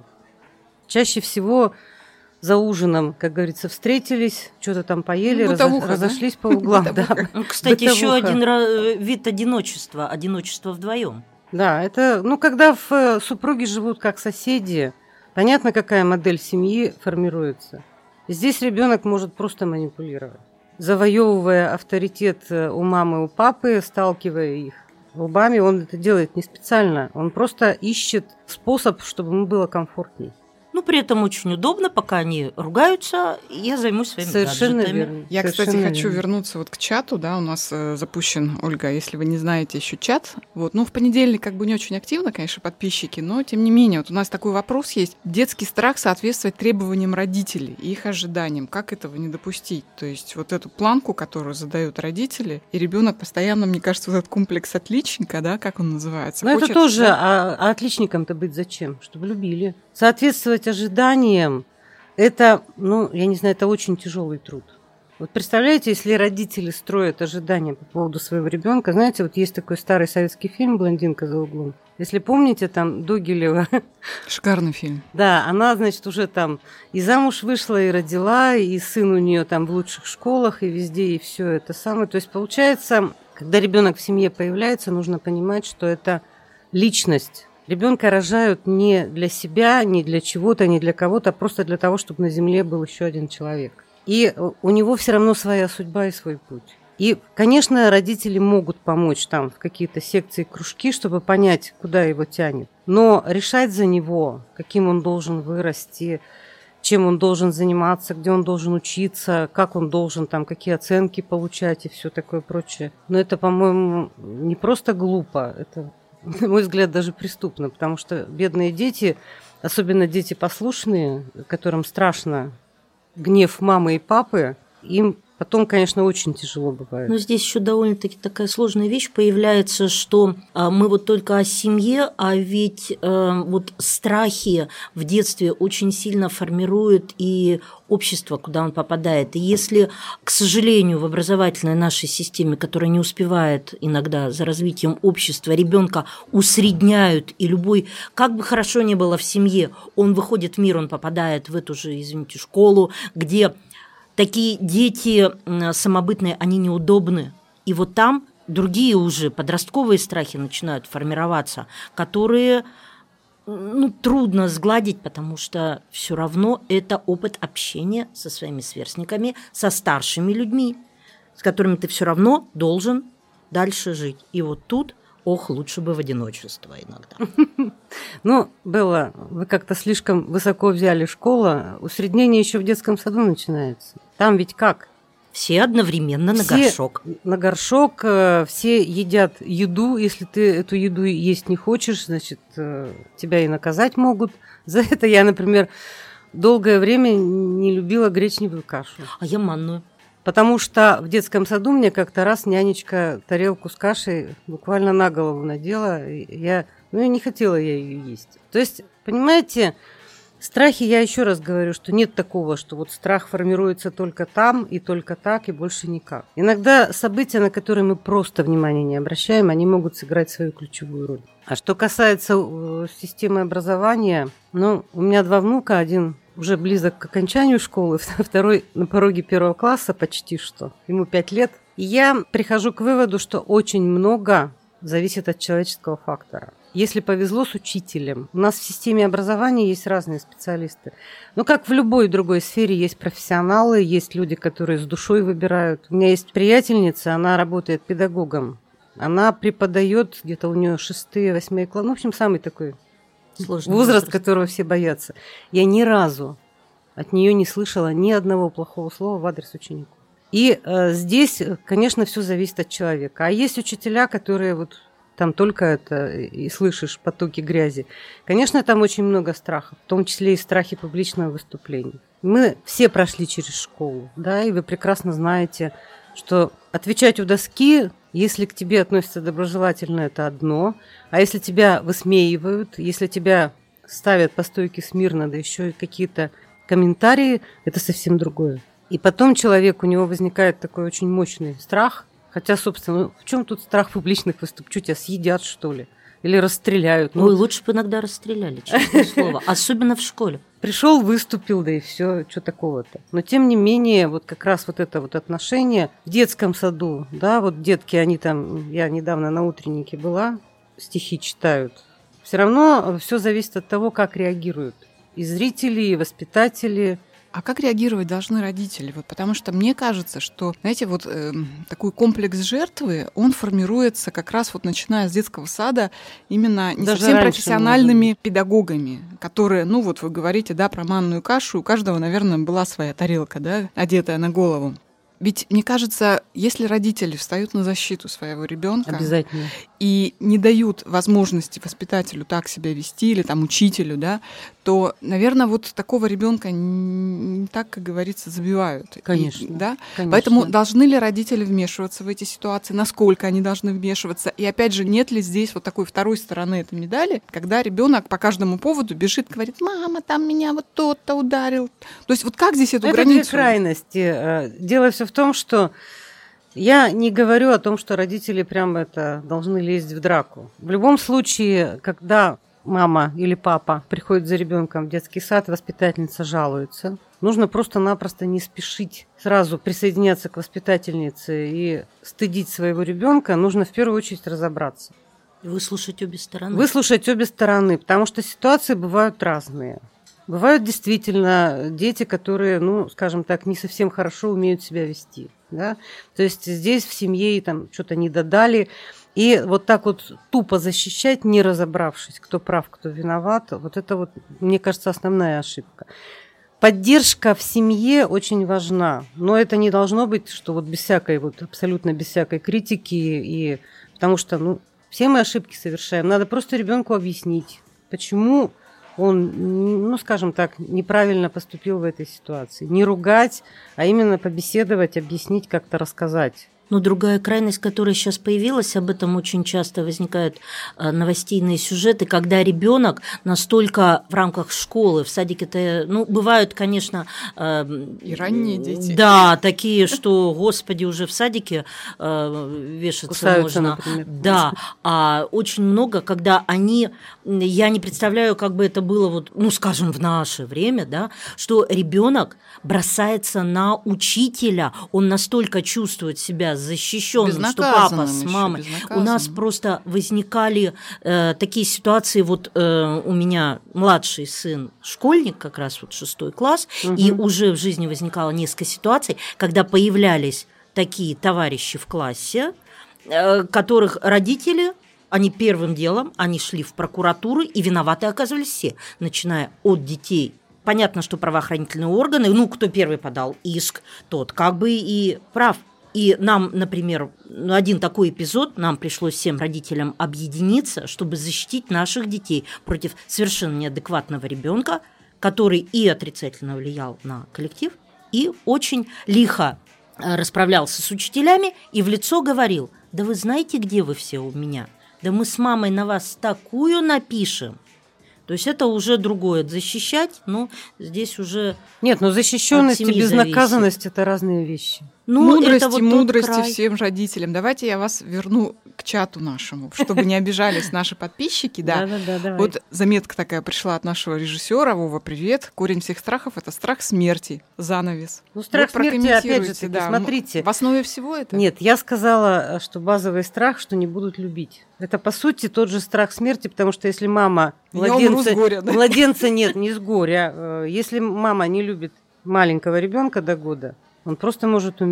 Чаще всего за ужином, как говорится, встретились, что-то там поели, Бытовуха, разо- разошлись да? по углам. Да. Ну, кстати, Бытовуха. еще один вид одиночества, одиночество вдвоем. Да, это, ну, когда в супруги живут как соседи, понятно, какая модель семьи формируется. Здесь ребенок может просто манипулировать, завоевывая авторитет у мамы, у папы, сталкивая их лбами. Он это делает не специально, он просто ищет способ, чтобы ему было комфортней. Ну, при этом очень удобно, пока они ругаются, я займусь своими Совершенно гаджетами. верно. Я, Совершенно кстати, хочу верно. вернуться вот к чату, да, у нас э, запущен, Ольга, если вы не знаете еще чат, вот, ну, в понедельник как бы не очень активно, конечно, подписчики, но, тем не менее, вот у нас такой вопрос есть, детский страх соответствовать требованиям родителей и их ожиданиям, как этого не допустить, то есть вот эту планку, которую задают родители, и ребенок постоянно, мне кажется, вот этот комплекс отличника, да, как он называется. Но хочет, это тоже, да? а, а отличником-то быть зачем? Чтобы любили. Соответствовать ожиданиям, это, ну, я не знаю, это очень тяжелый труд. Вот представляете, если родители строят ожидания по поводу своего ребенка, знаете, вот есть такой старый советский фильм «Блондинка за углом». Если помните, там Догилева. Шикарный фильм. Да, она, значит, уже там и замуж вышла, и родила, и сын у нее там в лучших школах, и везде, и все это самое. То есть, получается, когда ребенок в семье появляется, нужно понимать, что это личность. Ребенка рожают не для себя, не для чего-то, не для кого-то, а просто для того, чтобы на земле был еще один человек. И у него все равно своя судьба и свой путь. И, конечно, родители могут помочь там в какие-то секции, кружки, чтобы понять, куда его тянет. Но решать за него, каким он должен вырасти, чем он должен заниматься, где он должен учиться, как он должен там, какие оценки получать и все такое прочее. Но это, по-моему, не просто глупо, это, на мой взгляд, даже преступно, потому что бедные дети, особенно дети послушные, которым страшно гнев мамы и папы, им потом, конечно, очень тяжело бывает. Но здесь еще довольно-таки такая сложная вещь появляется, что а, мы вот только о семье, а ведь а, вот страхи в детстве очень сильно формируют и общество, куда он попадает. И если, к сожалению, в образовательной нашей системе, которая не успевает иногда за развитием общества, ребенка усредняют, и любой, как бы хорошо ни было в семье, он выходит в мир, он попадает в эту же, извините, школу, где такие дети самобытные, они неудобны. И вот там другие уже подростковые страхи начинают формироваться, которые, ну, трудно сгладить, потому что все равно это опыт общения со своими сверстниками, со старшими людьми, с которыми ты все равно должен дальше жить. И вот тут, ох, лучше бы в одиночество иногда. Ну, Белла, вы как-то слишком высоко взяли школу. Усреднение еще в детском саду начинается. Там ведь как? Все одновременно на Все горшок. На горшок, все едят еду. Если ты эту еду есть не хочешь, значит, тебя и наказать могут. За это я, например, долгое время не любила гречневую кашу. А я манную. Потому что в детском саду мне как-то раз нянечка тарелку с кашей буквально на голову надела. Я, ну, я не хотела я ее есть. То есть, понимаете, страхи, я еще раз говорю, что нет такого, что вот страх формируется только там и только так, и больше никак. Иногда события, на которые мы просто внимания не обращаем, они могут сыграть свою ключевую роль. А что касается системы образования, ну, у меня два внука, один уже близок к окончанию школы, второй на пороге первого класса почти что, ему пять лет. И я прихожу к выводу, что очень много зависит от человеческого фактора. Если повезло с учителем, у нас в системе образования есть разные специалисты. Но как в любой другой сфере есть профессионалы, есть люди, которые с душой выбирают. У меня есть приятельница, она работает педагогом. Она преподает, где-то у нее шестые, восьмые классы, ну, в общем, самый такой Сложный возраст, возраст, которого все боятся. Я ни разу от нее не слышала ни одного плохого слова в адрес учеников. И э, здесь, конечно, все зависит от человека. А есть учителя, которые вот там только это и слышишь потоки грязи. Конечно, там очень много страхов, в том числе и страхи публичного выступления. Мы все прошли через школу, да, и вы прекрасно знаете, что отвечать у доски, если к тебе относятся доброжелательно, это одно, а если тебя высмеивают, если тебя ставят по стойке смирно, да еще и какие-то комментарии, это совсем другое. И потом человек, у него возникает такой очень мощный страх, хотя, собственно, ну, в чем тут страх публичных выступлений? Что, тебя съедят, что ли? Или расстреляют? Ну, Ой, лучше бы иногда расстреляли, честное слово, особенно в школе. Пришел, выступил, да и все, что такого-то. Но тем не менее, вот как раз вот это вот отношение в детском саду, да, вот детки, они там, я недавно на утреннике была, стихи читают. Все равно все зависит от того, как реагируют и зрители, и воспитатели. А как реагировать должны родители? Вот потому что мне кажется, что, знаете, вот э, такой комплекс жертвы, он формируется как раз вот начиная с детского сада именно не Даже совсем профессиональными педагогами, которые, ну вот вы говорите, да, про манную кашу, у каждого, наверное, была своя тарелка, да, одетая на голову. Ведь, мне кажется, если родители встают на защиту своего ребенка обязательно и не дают возможности воспитателю так себя вести или там учителю, да, то, наверное, вот такого ребенка не так, как говорится, забивают. Конечно, и, да? конечно. Поэтому должны ли родители вмешиваться в эти ситуации, насколько они должны вмешиваться? И опять же, нет ли здесь вот такой второй стороны этой медали, когда ребенок по каждому поводу бежит, говорит: мама, там меня вот тот-то ударил. То есть вот как здесь эту это границу? Это две крайности. Дело все в том, что я не говорю о том, что родители прям это должны лезть в драку. В любом случае, когда мама или папа приходит за ребенком в детский сад, воспитательница жалуется, нужно просто-напросто не спешить сразу присоединяться к воспитательнице и стыдить своего ребенка. Нужно в первую очередь разобраться. Выслушать обе стороны. Выслушать обе стороны, потому что ситуации бывают разные. Бывают действительно дети, которые, ну, скажем так, не совсем хорошо умеют себя вести. Да? То есть здесь в семье там что-то не додали. И вот так вот тупо защищать, не разобравшись, кто прав, кто виноват, вот это вот, мне кажется, основная ошибка. Поддержка в семье очень важна, но это не должно быть, что вот без всякой, вот абсолютно без всякой критики, и, потому что, ну, все мы ошибки совершаем. Надо просто ребенку объяснить, почему он, ну, скажем так, неправильно поступил в этой ситуации. Не ругать, а именно побеседовать, объяснить, как-то рассказать. Но другая крайность, которая сейчас появилась, об этом очень часто возникают новостейные сюжеты, когда ребенок настолько в рамках школы, в садике-то, ну, бывают, конечно... И ранние дети. Да, такие, что, господи, уже в садике вешаться кусаются, можно. Например. Да, а очень много, когда они... Я не представляю, как бы это было, вот, ну, скажем, в наше время, да, что ребенок бросается на учителя, он настолько чувствует себя защищенным, что папа с мамой. У нас просто возникали э, такие ситуации, вот э, у меня младший сын школьник, как раз вот шестой класс, угу. И уже в жизни возникало несколько ситуаций, когда появлялись такие товарищи в классе, э, которых родители... Они первым делом, они шли в прокуратуру, и виноваты оказывались все, начиная от детей. Понятно, что правоохранительные органы, ну, кто первый подал иск, тот как бы и прав. И нам, например, один такой эпизод, нам пришлось всем родителям объединиться, чтобы защитить наших детей против совершенно неадекватного ребенка, который и отрицательно влиял на коллектив, и очень лихо расправлялся с учителями и в лицо говорил: да вы знаете, где вы все у меня? Да мы с мамой на вас такую напишем. То есть это уже другое. Защищать, ну, здесь уже... Нет, но защищенность и безнаказанность – это разные вещи. Ну, мудрость вот и мудрости всем родителям. Давайте я вас верну к чату нашему, чтобы не обижались наши подписчики. Да, да, да. Вот заметка такая пришла от нашего режиссера. Вова, привет. Корень всех страхов – это страх смерти. Занавес. Ну, страх смерти, опять же, таки, да. смотрите. В основе всего это? Нет, я сказала, что базовый страх, что не будут любить. Это, по сути, тот же страх смерти, потому что если мама... Младенца, горя, да? Младенца нет, не с горя. Если мама не любит маленького ребенка до года, он просто может умереть.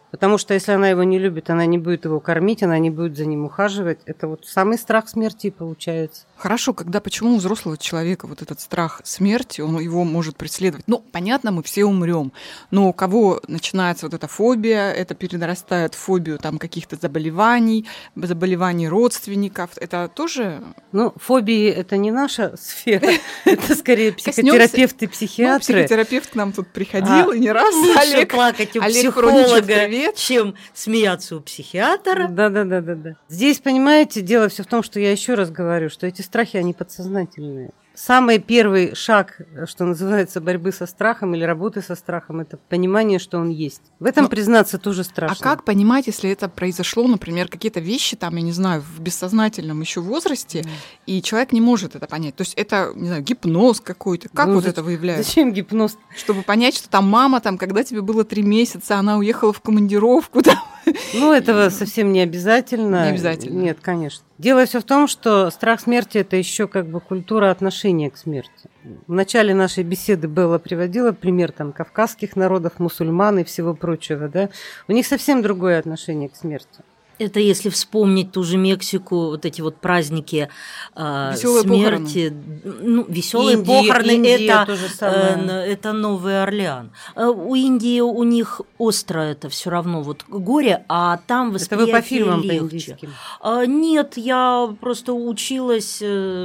Потому что если она его не любит, она не будет его кормить, она не будет за ним ухаживать. Это вот самый страх смерти получается. Хорошо, когда почему у взрослого человека вот этот страх смерти, он его может преследовать? Ну, понятно, мы все умрем, но у кого начинается вот эта фобия, это перерастает в фобию там каких-то заболеваний, заболеваний родственников, это тоже... Ну, фобии – это не наша сфера, это скорее психотерапевты, психиатры. Психотерапевт к нам тут приходил, и не раз. Лучше плакать у психолога, чем смеяться у психиатра. Да-да-да. Здесь, понимаете, дело все в том, что я еще раз говорю, что эти страхи, они подсознательные. Самый первый шаг, что называется, борьбы со страхом или работы со страхом, это понимание, что он есть. В этом Но, признаться тоже страшно. А как понимать, если это произошло, например, какие-то вещи, там, я не знаю, в бессознательном еще возрасте, mm. и человек не может это понять? То есть это, не знаю, гипноз какой-то. Как ну, вот зачем, это выявляется? Зачем гипноз? Чтобы понять, что там мама, там, когда тебе было три месяца, она уехала в командировку. Там. Ну, этого совсем не обязательно. Не обязательно. Нет, конечно. Дело все в том, что страх смерти – это еще как бы культура отношения к смерти. В начале нашей беседы Белла приводила пример там, кавказских народов, мусульман и всего прочего. Да? У них совсем другое отношение к смерти. Это если вспомнить ту же Мексику, вот эти вот праздники э, смерти. Похороны. Ну, веселые Индия, похороны Индия, это, то же самое. э, это Новый Орлеан. У Индии у них остро это все равно вот горе, а там восприятие это вы по фильмам легче. По индийским? А, нет, я просто училась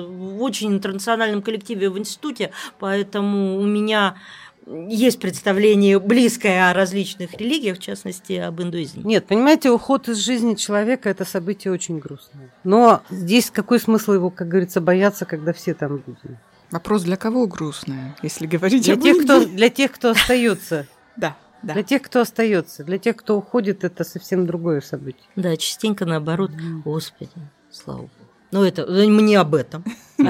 в очень интернациональном коллективе в институте, поэтому у меня... Есть представление близкое о различных религиях, в частности, об индуизме. Нет, понимаете, уход из жизни человека – это событие очень грустное. Но здесь какой смысл его, как говорится, бояться, когда все там будем? Вопрос, для кого грустное, если говорить для об тех, кто, для тех, кто остается. Да. Да. Для тех, кто остается, для тех, кто уходит, это совсем другое событие. Да, частенько наоборот. Господи, слава Богу. Ну, это мне об этом.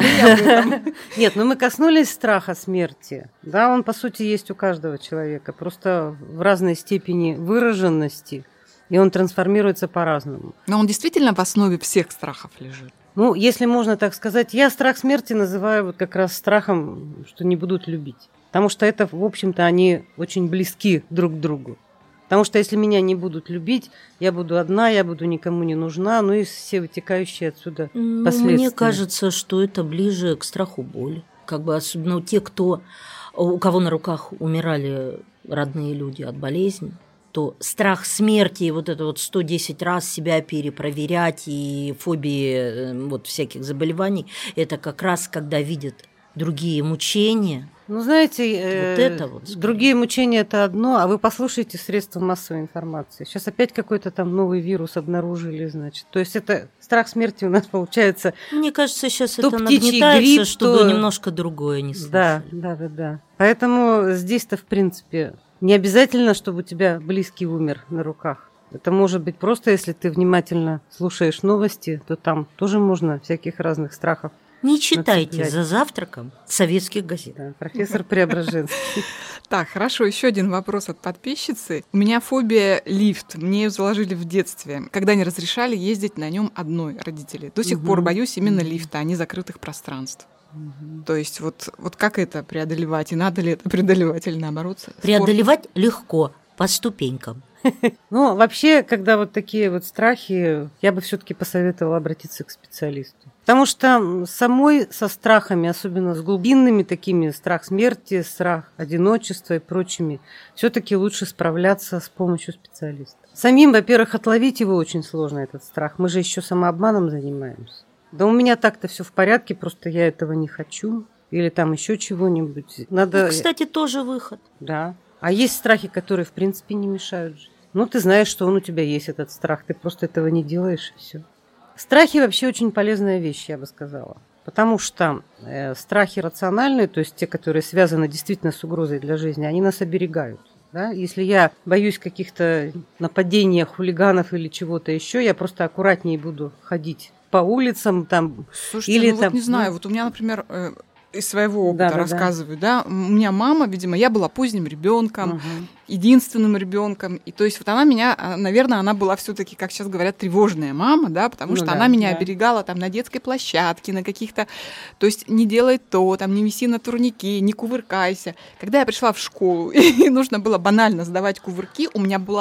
Нет, ну мы коснулись страха смерти. Да, он, по сути, есть у каждого человека, просто в разной степени выраженности, и он трансформируется по-разному. Но он действительно в основе всех страхов лежит. Ну, если можно так сказать, я страх смерти называю вот как раз страхом, что не будут любить. Потому что это, в общем-то, они очень близки друг к другу. Потому что если меня не будут любить, я буду одна, я буду никому не нужна, ну и все вытекающие отсюда ну, последствия. Мне кажется, что это ближе к страху боли. Как бы особенно у тех, кто, у кого на руках умирали родные люди от болезни, то страх смерти, и вот это вот сто десять раз себя перепроверять, и фобии вот всяких заболеваний, это как раз когда видят другие мучения. Ну, знаете, вот э, это вот, другие мучения – это одно, а вы послушайте средства массовой информации. Сейчас опять какой-то там новый вирус обнаружили, значит. То есть это страх смерти у нас получается. Мне кажется, сейчас то это нагнетается, грипп, чтобы то... немножко другое не слышали. Да, да, да, да. Поэтому здесь-то, в принципе, не обязательно, чтобы у тебя близкий умер на руках. Это может быть просто, если ты внимательно слушаешь новости, то там тоже можно всяких разных страхов. Не читайте за завтраком советских газет. Да, профессор Преображенский. Так, хорошо, еще один вопрос от подписчицы. У меня фобия лифт. Мне ее заложили в детстве, когда не разрешали ездить на нем одной родители. До сих угу. пор боюсь именно лифта, а не закрытых пространств. Угу. То есть вот, вот как это преодолевать? И надо ли это преодолевать или наоборот? Преодолевать спорт? Легко, по ступенькам. Ну, вообще, когда вот такие вот страхи, я бы все-таки посоветовала обратиться к специалисту. Потому что самой со страхами, особенно с глубинными такими, страх смерти, страх одиночества и прочими, все-таки лучше справляться с помощью специалиста. Самим, во-первых, отловить его очень сложно, этот страх. Мы же еще самообманом занимаемся. Да у меня так-то все в порядке, просто я этого не хочу. Или там еще чего-нибудь. Надо... Ну, кстати, тоже выход. Да. А есть страхи, которые, в принципе, не мешают жить. Ну, ты знаешь, что он у тебя есть, этот страх. Ты просто этого не делаешь, и все. Страхи вообще очень полезная вещь, я бы сказала. Потому что э, страхи рациональные, то есть те, которые связаны действительно с угрозой для жизни, они нас оберегают. Да? Если я боюсь каких-то нападений хулиганов или чего-то еще, я просто аккуратнее буду ходить по улицам. Там, Слушайте, или ну там, вот не знаю, ну... вот у меня, например... Э... из своего опыта да, рассказываю, да. да. У меня мама, видимо, я была поздним ребенком, угу. единственным ребенком, и то есть вот она меня, наверное, она была все-таки, как сейчас говорят, тревожная мама, да, потому ну, что да, она меня да. оберегала там на детской площадке, на каких-то, то есть не делай то, там не виси на турнике, не кувыркайся. Когда я пришла в школу и нужно было банально сдавать кувырки, у меня была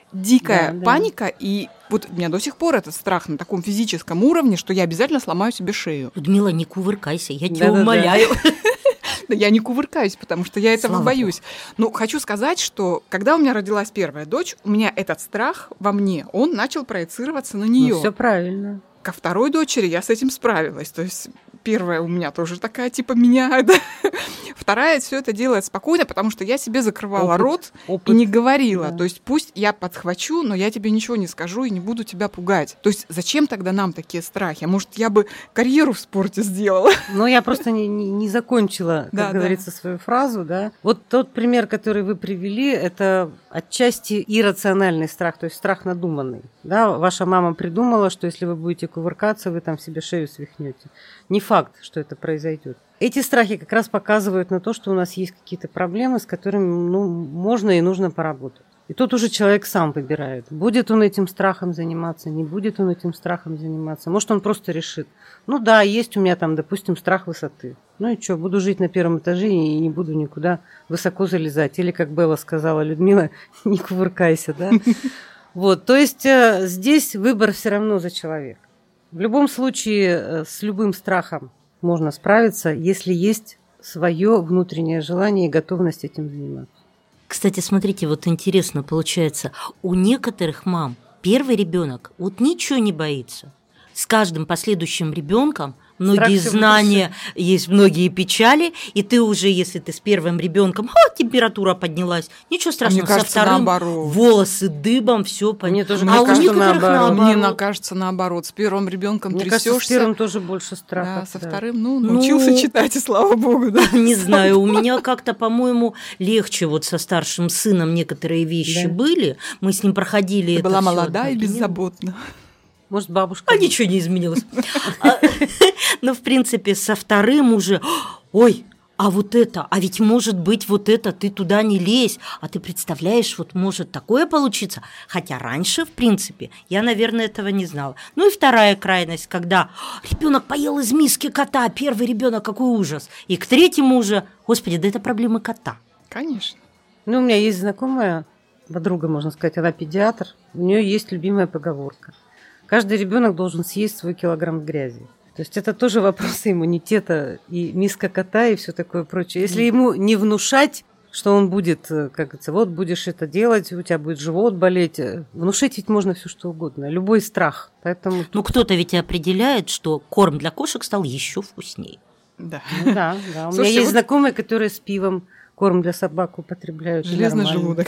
дикая Да, да. паника, и вот у меня до сих пор этот страх на таком физическом уровне, что я обязательно сломаю себе шею. Людмила, не кувыркайся, я тебя Да-да-да. умоляю. Да я не кувыркаюсь, потому что я этого Слава боюсь. Но хочу сказать, что когда у меня родилась первая дочь, у меня этот страх во мне, он начал проецироваться на нее. Ну, все правильно. Ко второй дочери я с этим справилась. То есть первая у меня тоже такая, типа меня, да. Вторая все это делает спокойно, потому что я себе закрывала Опыт, рот опыт, и не говорила. да. То есть пусть я подхвачу, но я тебе ничего не скажу и не буду тебя пугать. То есть зачем тогда нам такие страхи? А может, я бы карьеру в спорте сделала? Но я просто не, не, не закончила, как Да, да. говорится, свою фразу, да. Вот тот пример, который вы привели, это отчасти иррациональный страх, то есть страх надуманный. Да, ваша мама придумала, что если вы будете кувыркаться, вы там себе шею свихнете. Не факт, что это произойдет. Эти страхи как раз показывают на то, что у нас есть какие-то проблемы, с которыми, ну, можно и нужно поработать. И тут уже человек сам выбирает, будет он этим страхом заниматься, не будет он этим страхом заниматься. Может, он просто решит, ну да, есть у меня там, допустим, страх высоты. Ну и что, буду жить на первом этаже и не буду никуда высоко залезать. Или, как Белла сказала, Людмила, не кувыркайся, да? Вот, то есть э, здесь выбор все равно за человеком. В любом случае э, с любым страхом можно справиться, если есть свое внутреннее желание и готовность этим заниматься. Кстати, смотрите, вот интересно получается, у некоторых мам первый ребенок вот ничего не боится. С каждым последующим ребенком многие Страх всё знания, есть многие печали, и ты уже, если ты с первым ребенком, а, температура поднялась, ничего страшного, Мне кажется, со вторым наоборот. волосы дыбом, все понятно. Мне тоже а у кажется, некоторых наоборот. Мне наоборот. кажется, наоборот. С первым ребенком Мне кажется, с трясешься. первым тоже больше страха. Да, со да. вторым, ну, Ну, научился читать, и слава богу, да. Не знаю, у меня как-то, по-моему, легче вот со старшим сыном некоторые вещи Да. были. Мы с ним проходили Ты это была всё молода и одновременно. беззаботна. Может, бабушка. А ничего не изменилось. А, Но, в принципе, со вторым уже, ой, а вот это, а ведь может быть вот это, ты туда не лезь, а ты представляешь, вот может такое получиться. Хотя раньше, в принципе, я, наверное, этого не знала. Ну и вторая крайность, когда ребенок поел из миски кота, первый ребенок, какой ужас. И к третьему уже, господи, да это проблемы кота. Конечно. Ну, у меня есть знакомая, подруга, можно сказать, она педиатр. У нее есть любимая поговорка. Каждый ребенок должен съесть свой килограмм грязи. То есть это тоже вопросы иммунитета и миска кота и все такое прочее. Если ему не внушать, что он будет, как говорится, вот будешь это делать, у тебя будет живот болеть, внушить ведь можно все что угодно, любой страх. Поэтому Ну кто-то ведь и определяет, что корм для кошек стал еще вкуснее. Да. ну, да, да. У Слушайте, меня есть вот- знакомые, которые с пивом корм для собак употребляют. и Железный нормально. желудок.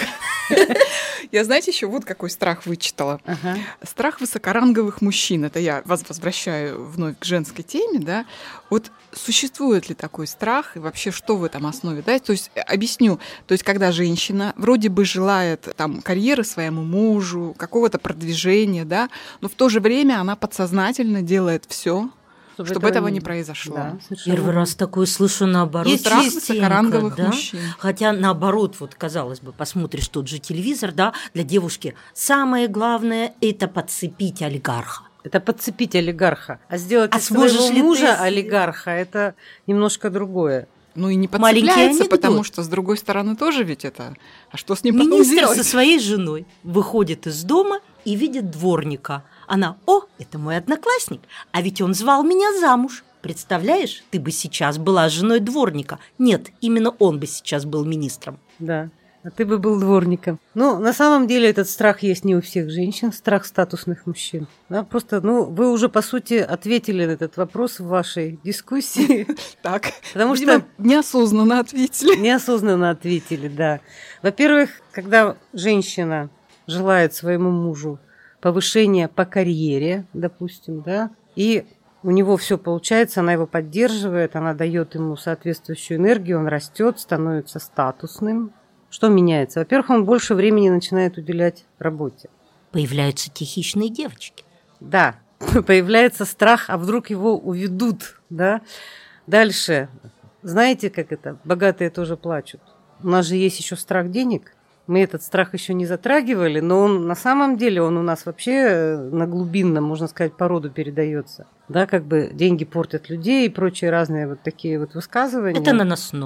Я, знаете, еще вот какой страх вычитала. Ага. Страх высокоранговых мужчин. Это я вас возвращаю вновь к женской теме, да. Вот существует ли такой страх и вообще что в этом основе, да? То есть э, объясню. То есть когда женщина вроде бы желает там карьеры своему мужу, какого-то продвижения, да, но в то же время она подсознательно делает все, чтобы этого не произошло. Да, совершенно Первый раз такое слышу наоборот. Есть страх частенько, высокоранговых да? мужчин. Хотя наоборот, вот казалось бы, посмотришь тот же телевизор, да, для девушки самое главное – это подцепить олигарха. Это подцепить олигарха. А сделать А из своего сможешь ли мужа ты- олигарха – это немножко другое. Ну и не Маленький подцепляется, анекдот. потому что с другой стороны тоже ведь это. А что с ним потом Министр делать? со своей женой выходит из дома и видит дворника. Она: «О, это мой одноклассник, а ведь он звал меня замуж». Представляешь, ты бы сейчас была женой дворника. Нет, именно он бы сейчас был министром. Да. А ты бы был дворником. Ну, на самом деле этот страх есть не у всех женщин, страх статусных мужчин. Да, просто, ну, вы уже, по сути, ответили на этот вопрос в вашей дискуссии. Так, Потому видимо, что неосознанно ответили. неосознанно ответили, да. Во-первых, когда женщина желает своему мужу повышения по карьере, допустим, да, и у него все получается, она его поддерживает, она дает ему соответствующую энергию, он растет, становится статусным. Что меняется? Во-первых, он больше времени начинает уделять работе. Появляются те хищные девочки. Да, появляется страх, а вдруг его уведут, да? Дальше, знаете, как это? Богатые тоже плачут. У нас же есть еще страх денег. Мы этот страх еще не затрагивали, но он на самом деле, он у нас вообще на глубинном, можно сказать, породу передается. Да, как бы деньги портят людей и прочие разные вот такие вот высказывания. Это наносное.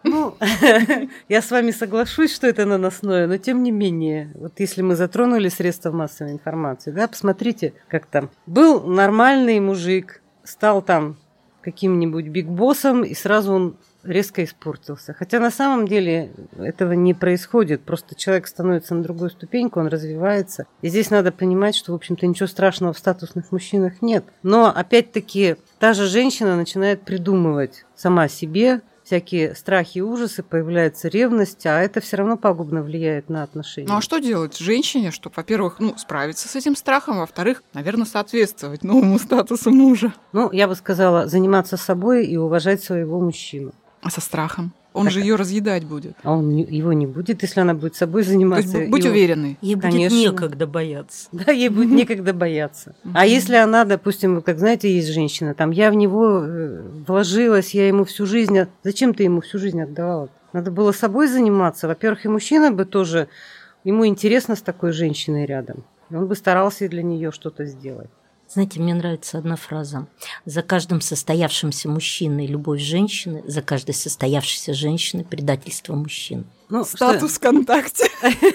Ну, я с вами соглашусь, что это наносное, но тем не менее, вот если мы затронули средства массовой информации, да, посмотрите, как там. Был нормальный мужик, стал там каким-нибудь бигбоссом, и сразу он резко испортился. Хотя на самом деле этого не происходит. Просто человек становится на другую ступеньку, он развивается. И здесь надо понимать, что, в общем-то, ничего страшного в статусных мужчинах нет. Но, опять-таки, та же женщина начинает придумывать сама себе всякие страхи и ужасы, появляется ревность, а это все равно пагубно влияет на отношения. Ну а что делать женщине, чтобы, во-первых, ну, справиться с этим страхом, а во-вторых, наверное, соответствовать новому статусу мужа? Ну, я бы сказала, заниматься собой и уважать своего мужчину. А со страхом? Он Так, же ее разъедать будет. А он не- его не будет, если она будет собой заниматься. То есть будь Его- уверенной. Ей будет Конечно. некогда бояться. Да, ей будет некогда бояться. А если она, допустим, вот как знаете, есть женщина, там, я в него э, вложилась, я ему всю жизнь... от- Зачем ты ему всю жизнь отдавала? Надо было собой заниматься. Во-первых, и мужчина бы тоже... Ему интересно с такой женщиной рядом. И он бы старался для нее что-то сделать. Знаете, мне нравится одна фраза. За каждым состоявшимся мужчиной любовь женщины, за каждой состоявшейся женщиной предательство мужчин. Ну, Статус ВКонтакте.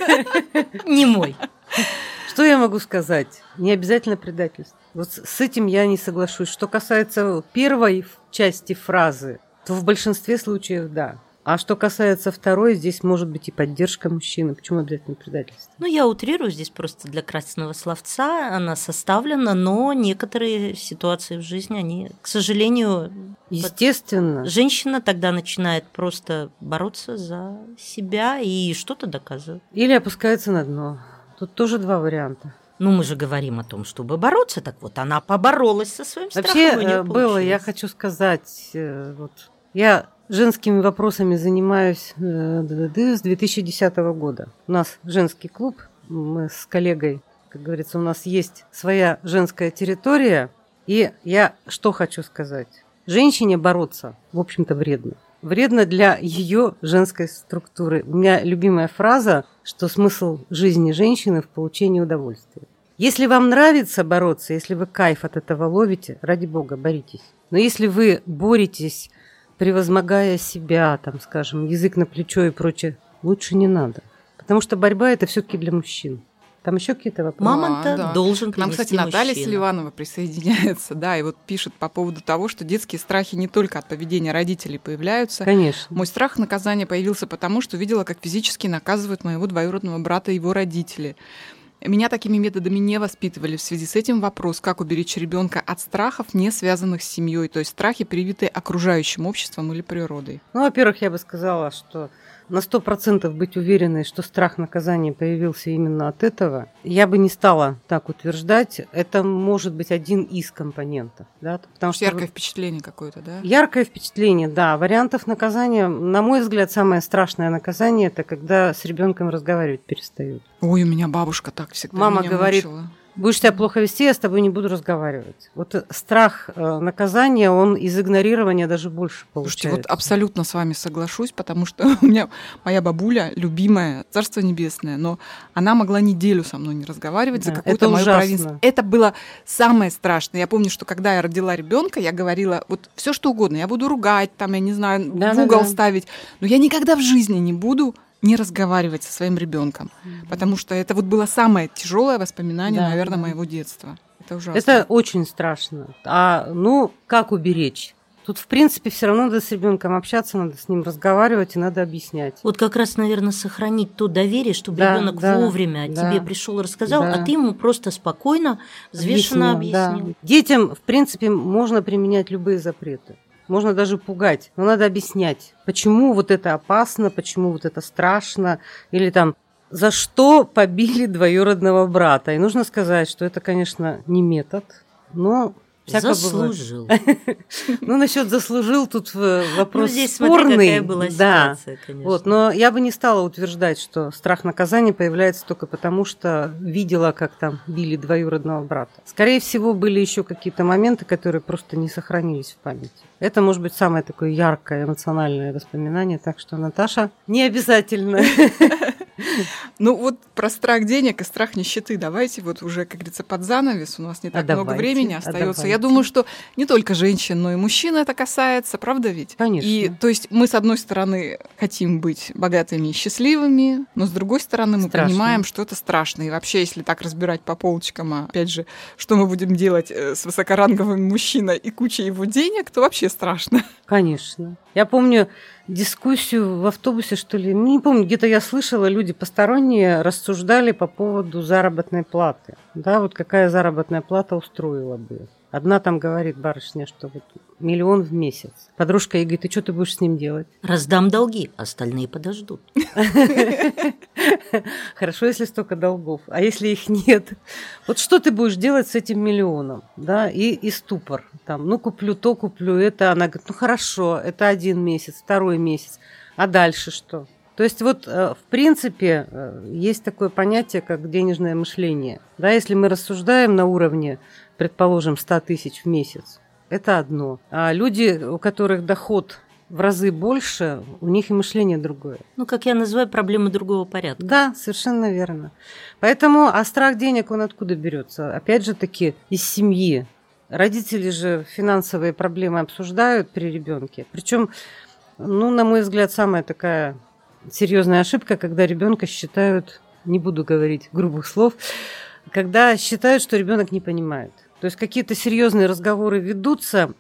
Не мой. Что, что я могу сказать? Не обязательно предательство. Вот с с этим я не соглашусь. Что касается первой части фразы, то в большинстве случаев да. А что касается второй, здесь может быть и поддержка мужчины. Почему обязательно предательство? Ну, я утрирую здесь просто для красного словца. Она составлена, но некоторые ситуации в жизни, они, к сожалению... Естественно. Женщина тогда начинает просто бороться за себя и что-то доказывать. Или опускается на дно. Тут тоже два варианта. Ну, мы же говорим о том, чтобы бороться. Так вот, она поборолась со своим страхом. Вообще, у неё э, было, я получилось. хочу сказать, э, вот, я женскими вопросами занимаюсь э, д-д-д, с две тысячи десятого года. У нас женский клуб, мы с коллегой, как говорится, у нас есть своя женская территория. И я что хочу сказать? Женщине бороться, в общем-то, вредно. Вредно для ее женской структуры. У меня любимая фраза, что смысл жизни женщины в получении удовольствия. Если вам нравится бороться, если вы кайф от этого ловите, ради бога, боритесь. Но если вы боретесь, превозмогая себя, там, скажем, язык на плечо и прочее, лучше не надо. Потому что борьба – это все-таки для мужчин. Там еще какие-то вопросы? Мамонта А, да. должен К нам, принести кстати, Наталья мужчина. Селиванова присоединяется, да, и вот пишет по поводу того, что детские страхи не только от поведения родителей появляются. Конечно. Мой страх наказания появился потому, что видела, как физически наказывают моего двоюродного брата его родители. Меня такими методами не воспитывали. В связи с этим вопрос, как уберечь ребенка от страхов, не связанных с семьей, то есть страхи, привитые окружающим обществом или природой. Ну, во-первых, я бы сказала, что на сто процентов быть уверенной, что страх наказания появился именно от этого, я бы не стала так утверждать. Это может быть один из компонентов. Да? Потому что Яркое впечатление какое-то, да? Яркое впечатление, да. Вариантов наказания, на мой взгляд, самое страшное наказание – это когда с ребенком разговаривать перестают. Ой, у меня бабушка так всегда Мама меня говорит, мучила. Будешь себя плохо вести, я с тобой не буду разговаривать. Вот страх э, наказания, он из игнорирования даже больше Слушайте, получается. вот абсолютно с вами соглашусь, потому что у меня моя бабуля, любимая, царство небесное, но она могла неделю со мной не разговаривать Да, за какую-то это мою ужасно. провинцию. Это было самое страшное. Я помню, что когда я родила ребенка, я говорила, вот все что угодно, я буду ругать, там, я не знаю, Да, в да, угол да. ставить, но я никогда в жизни не буду не разговаривать со своим ребенком, потому что это вот было самое тяжелое воспоминание, Да, наверное, да. моего детства. Это ужасно. Это очень страшно. А ну, как уберечь? Тут, в принципе, все равно надо с ребенком общаться, надо с ним разговаривать и надо объяснять. Вот как раз, наверное, сохранить то доверие, чтобы Да, ребенок да, вовремя да, тебе пришел и рассказал, да. а ты ему просто спокойно, взвешенно Объяснил, да. объяснил. Детям, в принципе, можно применять любые запреты. Можно даже пугать, но надо объяснять, почему вот это опасно, почему вот это страшно, или там, за что побили двоюродного брата. И нужно сказать, что это, конечно, не метод, но всяко Заслужил. бывает. Ну, насчет заслужил, тут э, вопрос Ну, здесь смотри, спорный. какая была Да. ситуация, конечно. Вот, но я бы не стала утверждать, что страх наказания появляется только потому, что видела, как там били двоюродного брата. Скорее всего, были еще какие-то моменты, которые просто не сохранились в памяти. Это может быть самое такое яркое эмоциональное воспоминание, так что, Наташа, не обязательно. Ну вот про страх денег и страх нищеты давайте вот уже, как говорится, под занавес. У нас не так а много давайте, времени а остается. давайте. Я думаю, что не только женщин, но и мужчин это касается, правда ведь? Конечно. И то есть мы, с одной стороны, хотим быть богатыми и счастливыми, но с другой стороны мы Страшно. понимаем, что это страшно. И вообще, если так разбирать по полочкам, а опять же, что мы будем делать с высокоранговым мужчиной и кучей его денег, то вообще страшно. Конечно. Я помню дискуссию в автобусе, что ли, не помню, где-то я слышала, люди посторонние рассуждали по поводу заработной платы. Да, вот какая заработная плата устроила бы. Одна там говорит, барышня, что вот миллион в месяц. Подружка ей говорит, и что ты будешь с ним делать? Раздам долги, остальные подождут. Хорошо, если столько долгов. А если их нет? Вот что ты будешь делать с этим миллионом? Да, и, и ступор. Там, ну, куплю то, куплю это. Она говорит, ну, хорошо, это один месяц, второй месяц. А дальше что? То есть вот, в принципе, есть такое понятие, как денежное мышление. Да, если мы рассуждаем на уровне, предположим, сто тысяч в месяц, это одно. А люди, у которых доход в разы больше, у них и мышление другое. Ну, как я называю, проблемы другого порядка. Да, совершенно верно. Поэтому, а страх денег, он откуда берется? Опять же таки, из семьи. Родители же финансовые проблемы обсуждают при ребенке. Причем, ну, на мой взгляд, самая такая серьезная ошибка, когда ребенка считают, не буду говорить грубых слов, когда считают, что ребенок не понимает. То есть какие-то серьезные разговоры ведутся,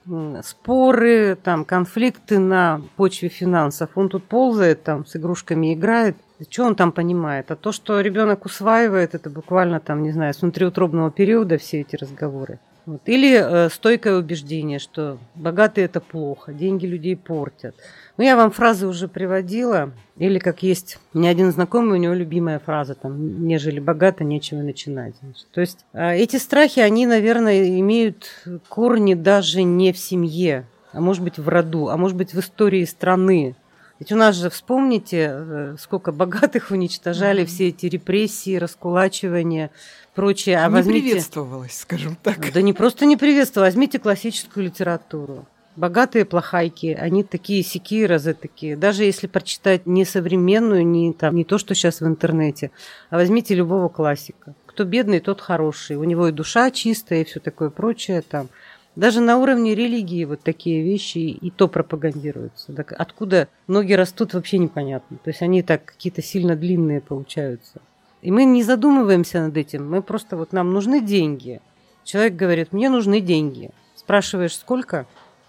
споры, там, конфликты на почве финансов. Он тут ползает, там, с игрушками играет. Что он там понимает? А то, что ребенок усваивает, это буквально, там, не знаю, с внутриутробного периода все эти разговоры. Вот. Или э, стойкое убеждение, что богатые – это плохо, деньги людей портят. Ну, я вам фразы уже приводила. Или, как есть у меня один знакомый, у него любимая фраза, там, нежели богато, нечего начинать. Значит. То есть э, эти страхи, они, наверное, имеют корни даже не в семье, а может быть в роду, а может быть в истории страны. Ведь у нас же, вспомните, сколько богатых уничтожали, mm-hmm. все эти репрессии, раскулачивания, прочее. А не возьмите... приветствовалось, скажем так. Да не просто не приветствовалось. Возьмите классическую литературу. Богатые плохайки, они такие сякие, разы такие. Даже если прочитать не современную, не, там, не то, что сейчас в интернете, а возьмите любого классика. Кто бедный, тот хороший. У него и душа чистая, и все такое прочее там. Даже на уровне религии вот такие вещи и то пропагандируются. Так откуда ноги растут, вообще непонятно. То есть они так какие-то сильно длинные получаются. И мы не задумываемся над этим. Мы просто вот нам нужны деньги. Человек говорит, мне нужны деньги. Спрашиваешь, сколько?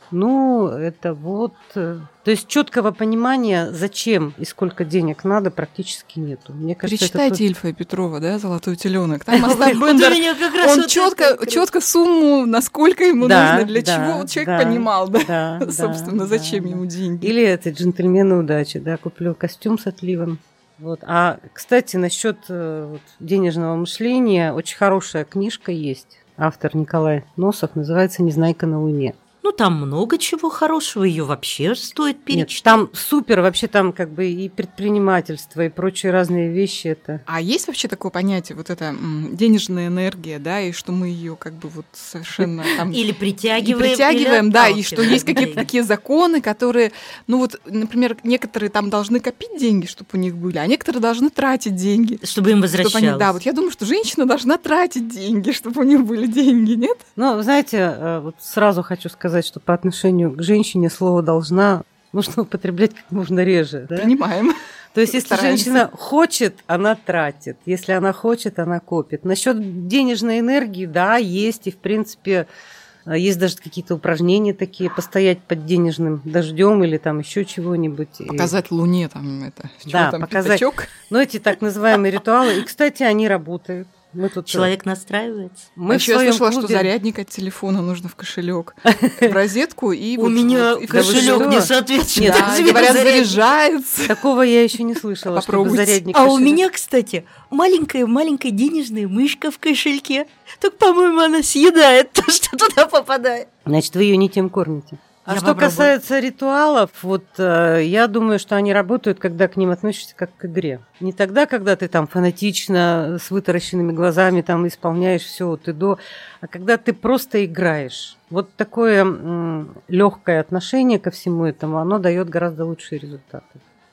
Ну, это вот... То есть четкого понимания, зачем и сколько денег надо, практически нету. Мне кажется, перечитайте это... Ильфа и Петрова, да, «Золотой теленок». Там Остап Бендер, он четко, четко сумму, насколько ему да, нужно, для да, чего вот человек да, понимал, да, да собственно, да, зачем да, ему деньги. Или это «Джентльмены удачи», да, куплю костюм с отливом. Вот. А, кстати, насчет вот, денежного мышления, очень хорошая книжка есть. Автор Николай Носов, называется «Незнайка на Луне». Ну, там много чего хорошего, ее вообще стоит перечитать. Нет, там супер, вообще там как бы и предпринимательство, и прочие разные вещи. Это... А есть вообще такое понятие, вот это м, денежная энергия, да, и что мы ее как бы вот совершенно там... Или притягиваем, и притягиваем, или да, и что есть какие-то такие законы, которые, ну вот, например, некоторые там должны копить деньги, чтобы у них были, а некоторые должны тратить деньги. Чтобы им возвращалось. Чтобы они, да, вот я думаю, что женщина должна тратить деньги, чтобы у них были деньги, нет? Ну, знаете, вот сразу хочу сказать, что по отношению к женщине слово «должна» нужно употреблять как можно реже. Да? Принимаем. То есть, если Стараемся. Женщина хочет, она тратит. Если она хочет, она копит. Насчет денежной энергии, да, есть. И, в принципе, есть даже какие-то упражнения такие, постоять под денежным дождем или там еще чего-нибудь. Показать Луне там это, да, там, показать. пятачок. Ну, эти так называемые ритуалы. И, кстати, они работают. Мы тут Человек настраивается. Мы а еще я слышала, клубе... что зарядник от телефона нужно в кошелек, в розетку и у меня кошелек не соответствует. Говорят, заряжается. Такого я еще не слышала. А у меня, кстати, маленькая маленькая денежная мышка в кошельке. Так, по-моему, она съедает то, что туда попадает. Значит, вы ее не тем кормите. А я что попробую. Касается ритуалов, вот э, я думаю, что они работают, когда к ним относишься как к игре. Не тогда, когда ты там фанатично, с вытаращенными глазами там исполняешь все от и до, а когда ты просто играешь. Вот такое м- легкое отношение ко всему этому, оно дает гораздо лучшие результаты.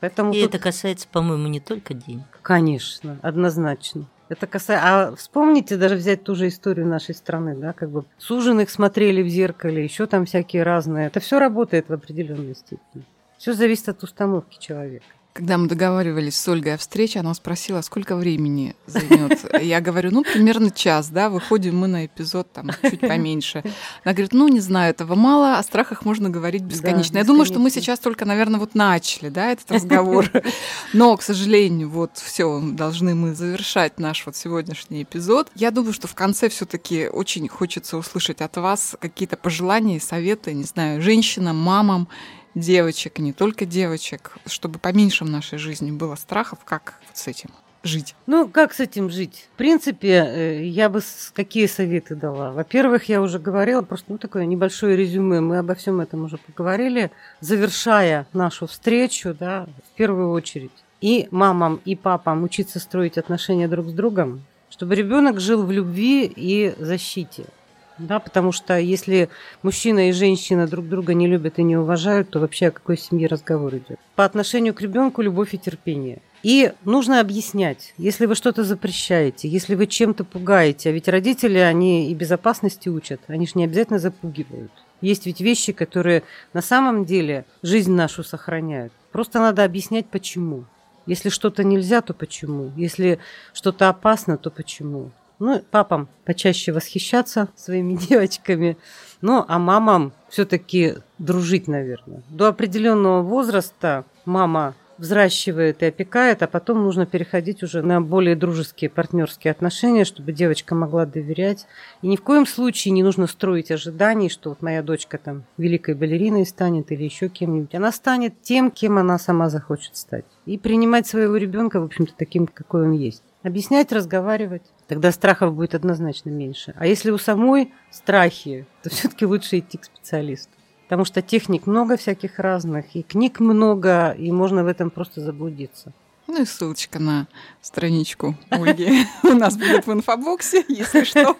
Поэтому И тут... это касается, по-моему, не только денег. Конечно, однозначно. Это касается... А вспомните, даже взять ту же историю нашей страны, да, как бы суженых смотрели в зеркале, еще там всякие разные. Это все работает в определенной степени. Все зависит от установки человека. Когда мы договаривались с Ольгой о встрече, она спросила, сколько времени займет. Я говорю, ну, примерно час, да, выходим мы на эпизод там чуть поменьше. Она говорит, ну, не знаю, этого мало, о страхах можно говорить бесконечно. Да, Я думаю, что мы сейчас только, наверное, вот начали, да, этот разговор. Но, к сожалению, вот все, должны мы завершать наш вот сегодняшний эпизод. Я думаю, что в конце все-таки очень хочется услышать от вас какие-то пожелания и советы, не знаю, женщинам, мамам, девочек, не только девочек, чтобы поменьше в нашей жизни было страхов, как вот с этим жить. Ну, как с этим жить? В принципе, я бы какие советы дала? Во-первых, я уже говорила, просто ну, такое небольшое резюме, мы обо всем этом уже поговорили, завершая нашу встречу, да, в первую очередь, и мамам, и папам учиться строить отношения друг с другом, чтобы ребенок жил в любви и защите. Да, потому что если мужчина и женщина друг друга не любят и не уважают, то вообще о какой семье разговор идет? По отношению к ребенку любовь и терпение. И нужно объяснять, если вы что-то запрещаете, если вы чем-то пугаете, а ведь родители, они и безопасности учат, они же не обязательно запугивают. Есть ведь вещи, которые на самом деле жизнь нашу сохраняют. Просто надо объяснять, почему. Если что-то нельзя, то почему? Если что-то опасно, то почему? Ну, папам почаще восхищаться своими девочками, ну, а мамам все-таки дружить, наверное. До определенного возраста мама взращивает и опекает, а потом нужно переходить уже на более дружеские, партнерские отношения, чтобы девочка могла доверять. И ни в коем случае не нужно строить ожиданий, что вот моя дочка там великой балериной станет или еще кем-нибудь. Она станет тем, кем она сама захочет стать. И принимать своего ребенка, в общем-то, таким, какой он есть. Объяснять, разговаривать. Тогда страхов будет однозначно меньше. А если у самой страхи, то все-таки лучше идти к специалисту. Потому что техник много всяких разных, и книг много, и можно в этом просто заблудиться. Ну и ссылочка на страничку Ольги у нас будет в инфобоксе, если что.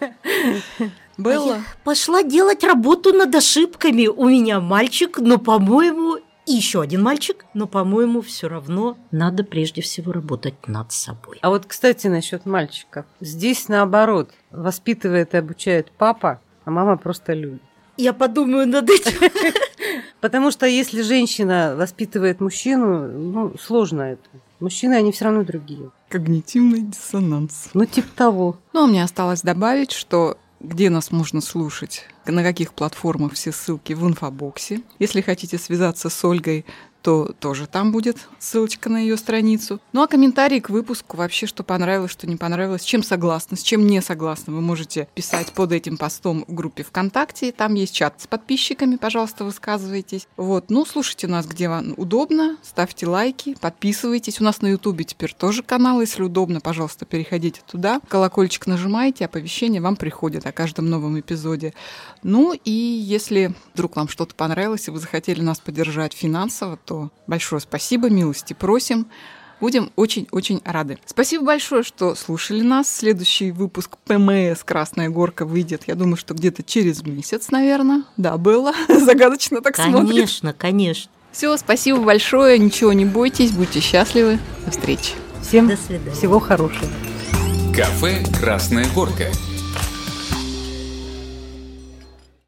Белла? Пошла делать работу над ошибками. У меня мальчик, но, по-моему, и еще один мальчик, но, по-моему, все равно надо прежде всего работать над собой. А вот, кстати, насчет мальчиков. Здесь, наоборот, воспитывает и обучает папа, а мама просто любит. Я подумаю над этим. Потому что если женщина воспитывает мужчину, ну, сложно это. Мужчины, они все равно другие. Когнитивный диссонанс. Ну, типа того. Ну, а мне осталось добавить, что где нас можно слушать, на каких платформах, все ссылки в инфобоксе. Если хотите связаться с Ольгой, то тоже там будет ссылочка на ее страницу. Ну а комментарии к выпуску, вообще, что понравилось, что не понравилось, с чем согласны, с чем не согласны, вы можете писать под этим постом в группе ВКонтакте. Там есть чат с подписчиками, пожалуйста, высказывайтесь. Вот, ну, слушайте нас, где вам удобно, ставьте лайки, подписывайтесь. У нас на Ютубе теперь тоже канал, если удобно, пожалуйста, переходите туда. Колокольчик нажимаете, оповещения вам приходят о каждом новом эпизоде. Ну и если вдруг вам что-то понравилось, и вы захотели нас поддержать финансово, то большое спасибо, милости просим. Будем очень-очень рады. Спасибо большое, что слушали нас. Следующий выпуск ПМС «Красная горка» выйдет, я думаю, что где-то через месяц, наверное. Да, было. Загадочно так смотрит. Конечно, конечно. Все, спасибо большое. Ничего не бойтесь, будьте счастливы. До встречи. Всем До свидания. Всего хорошего. Кафе «Красная горка».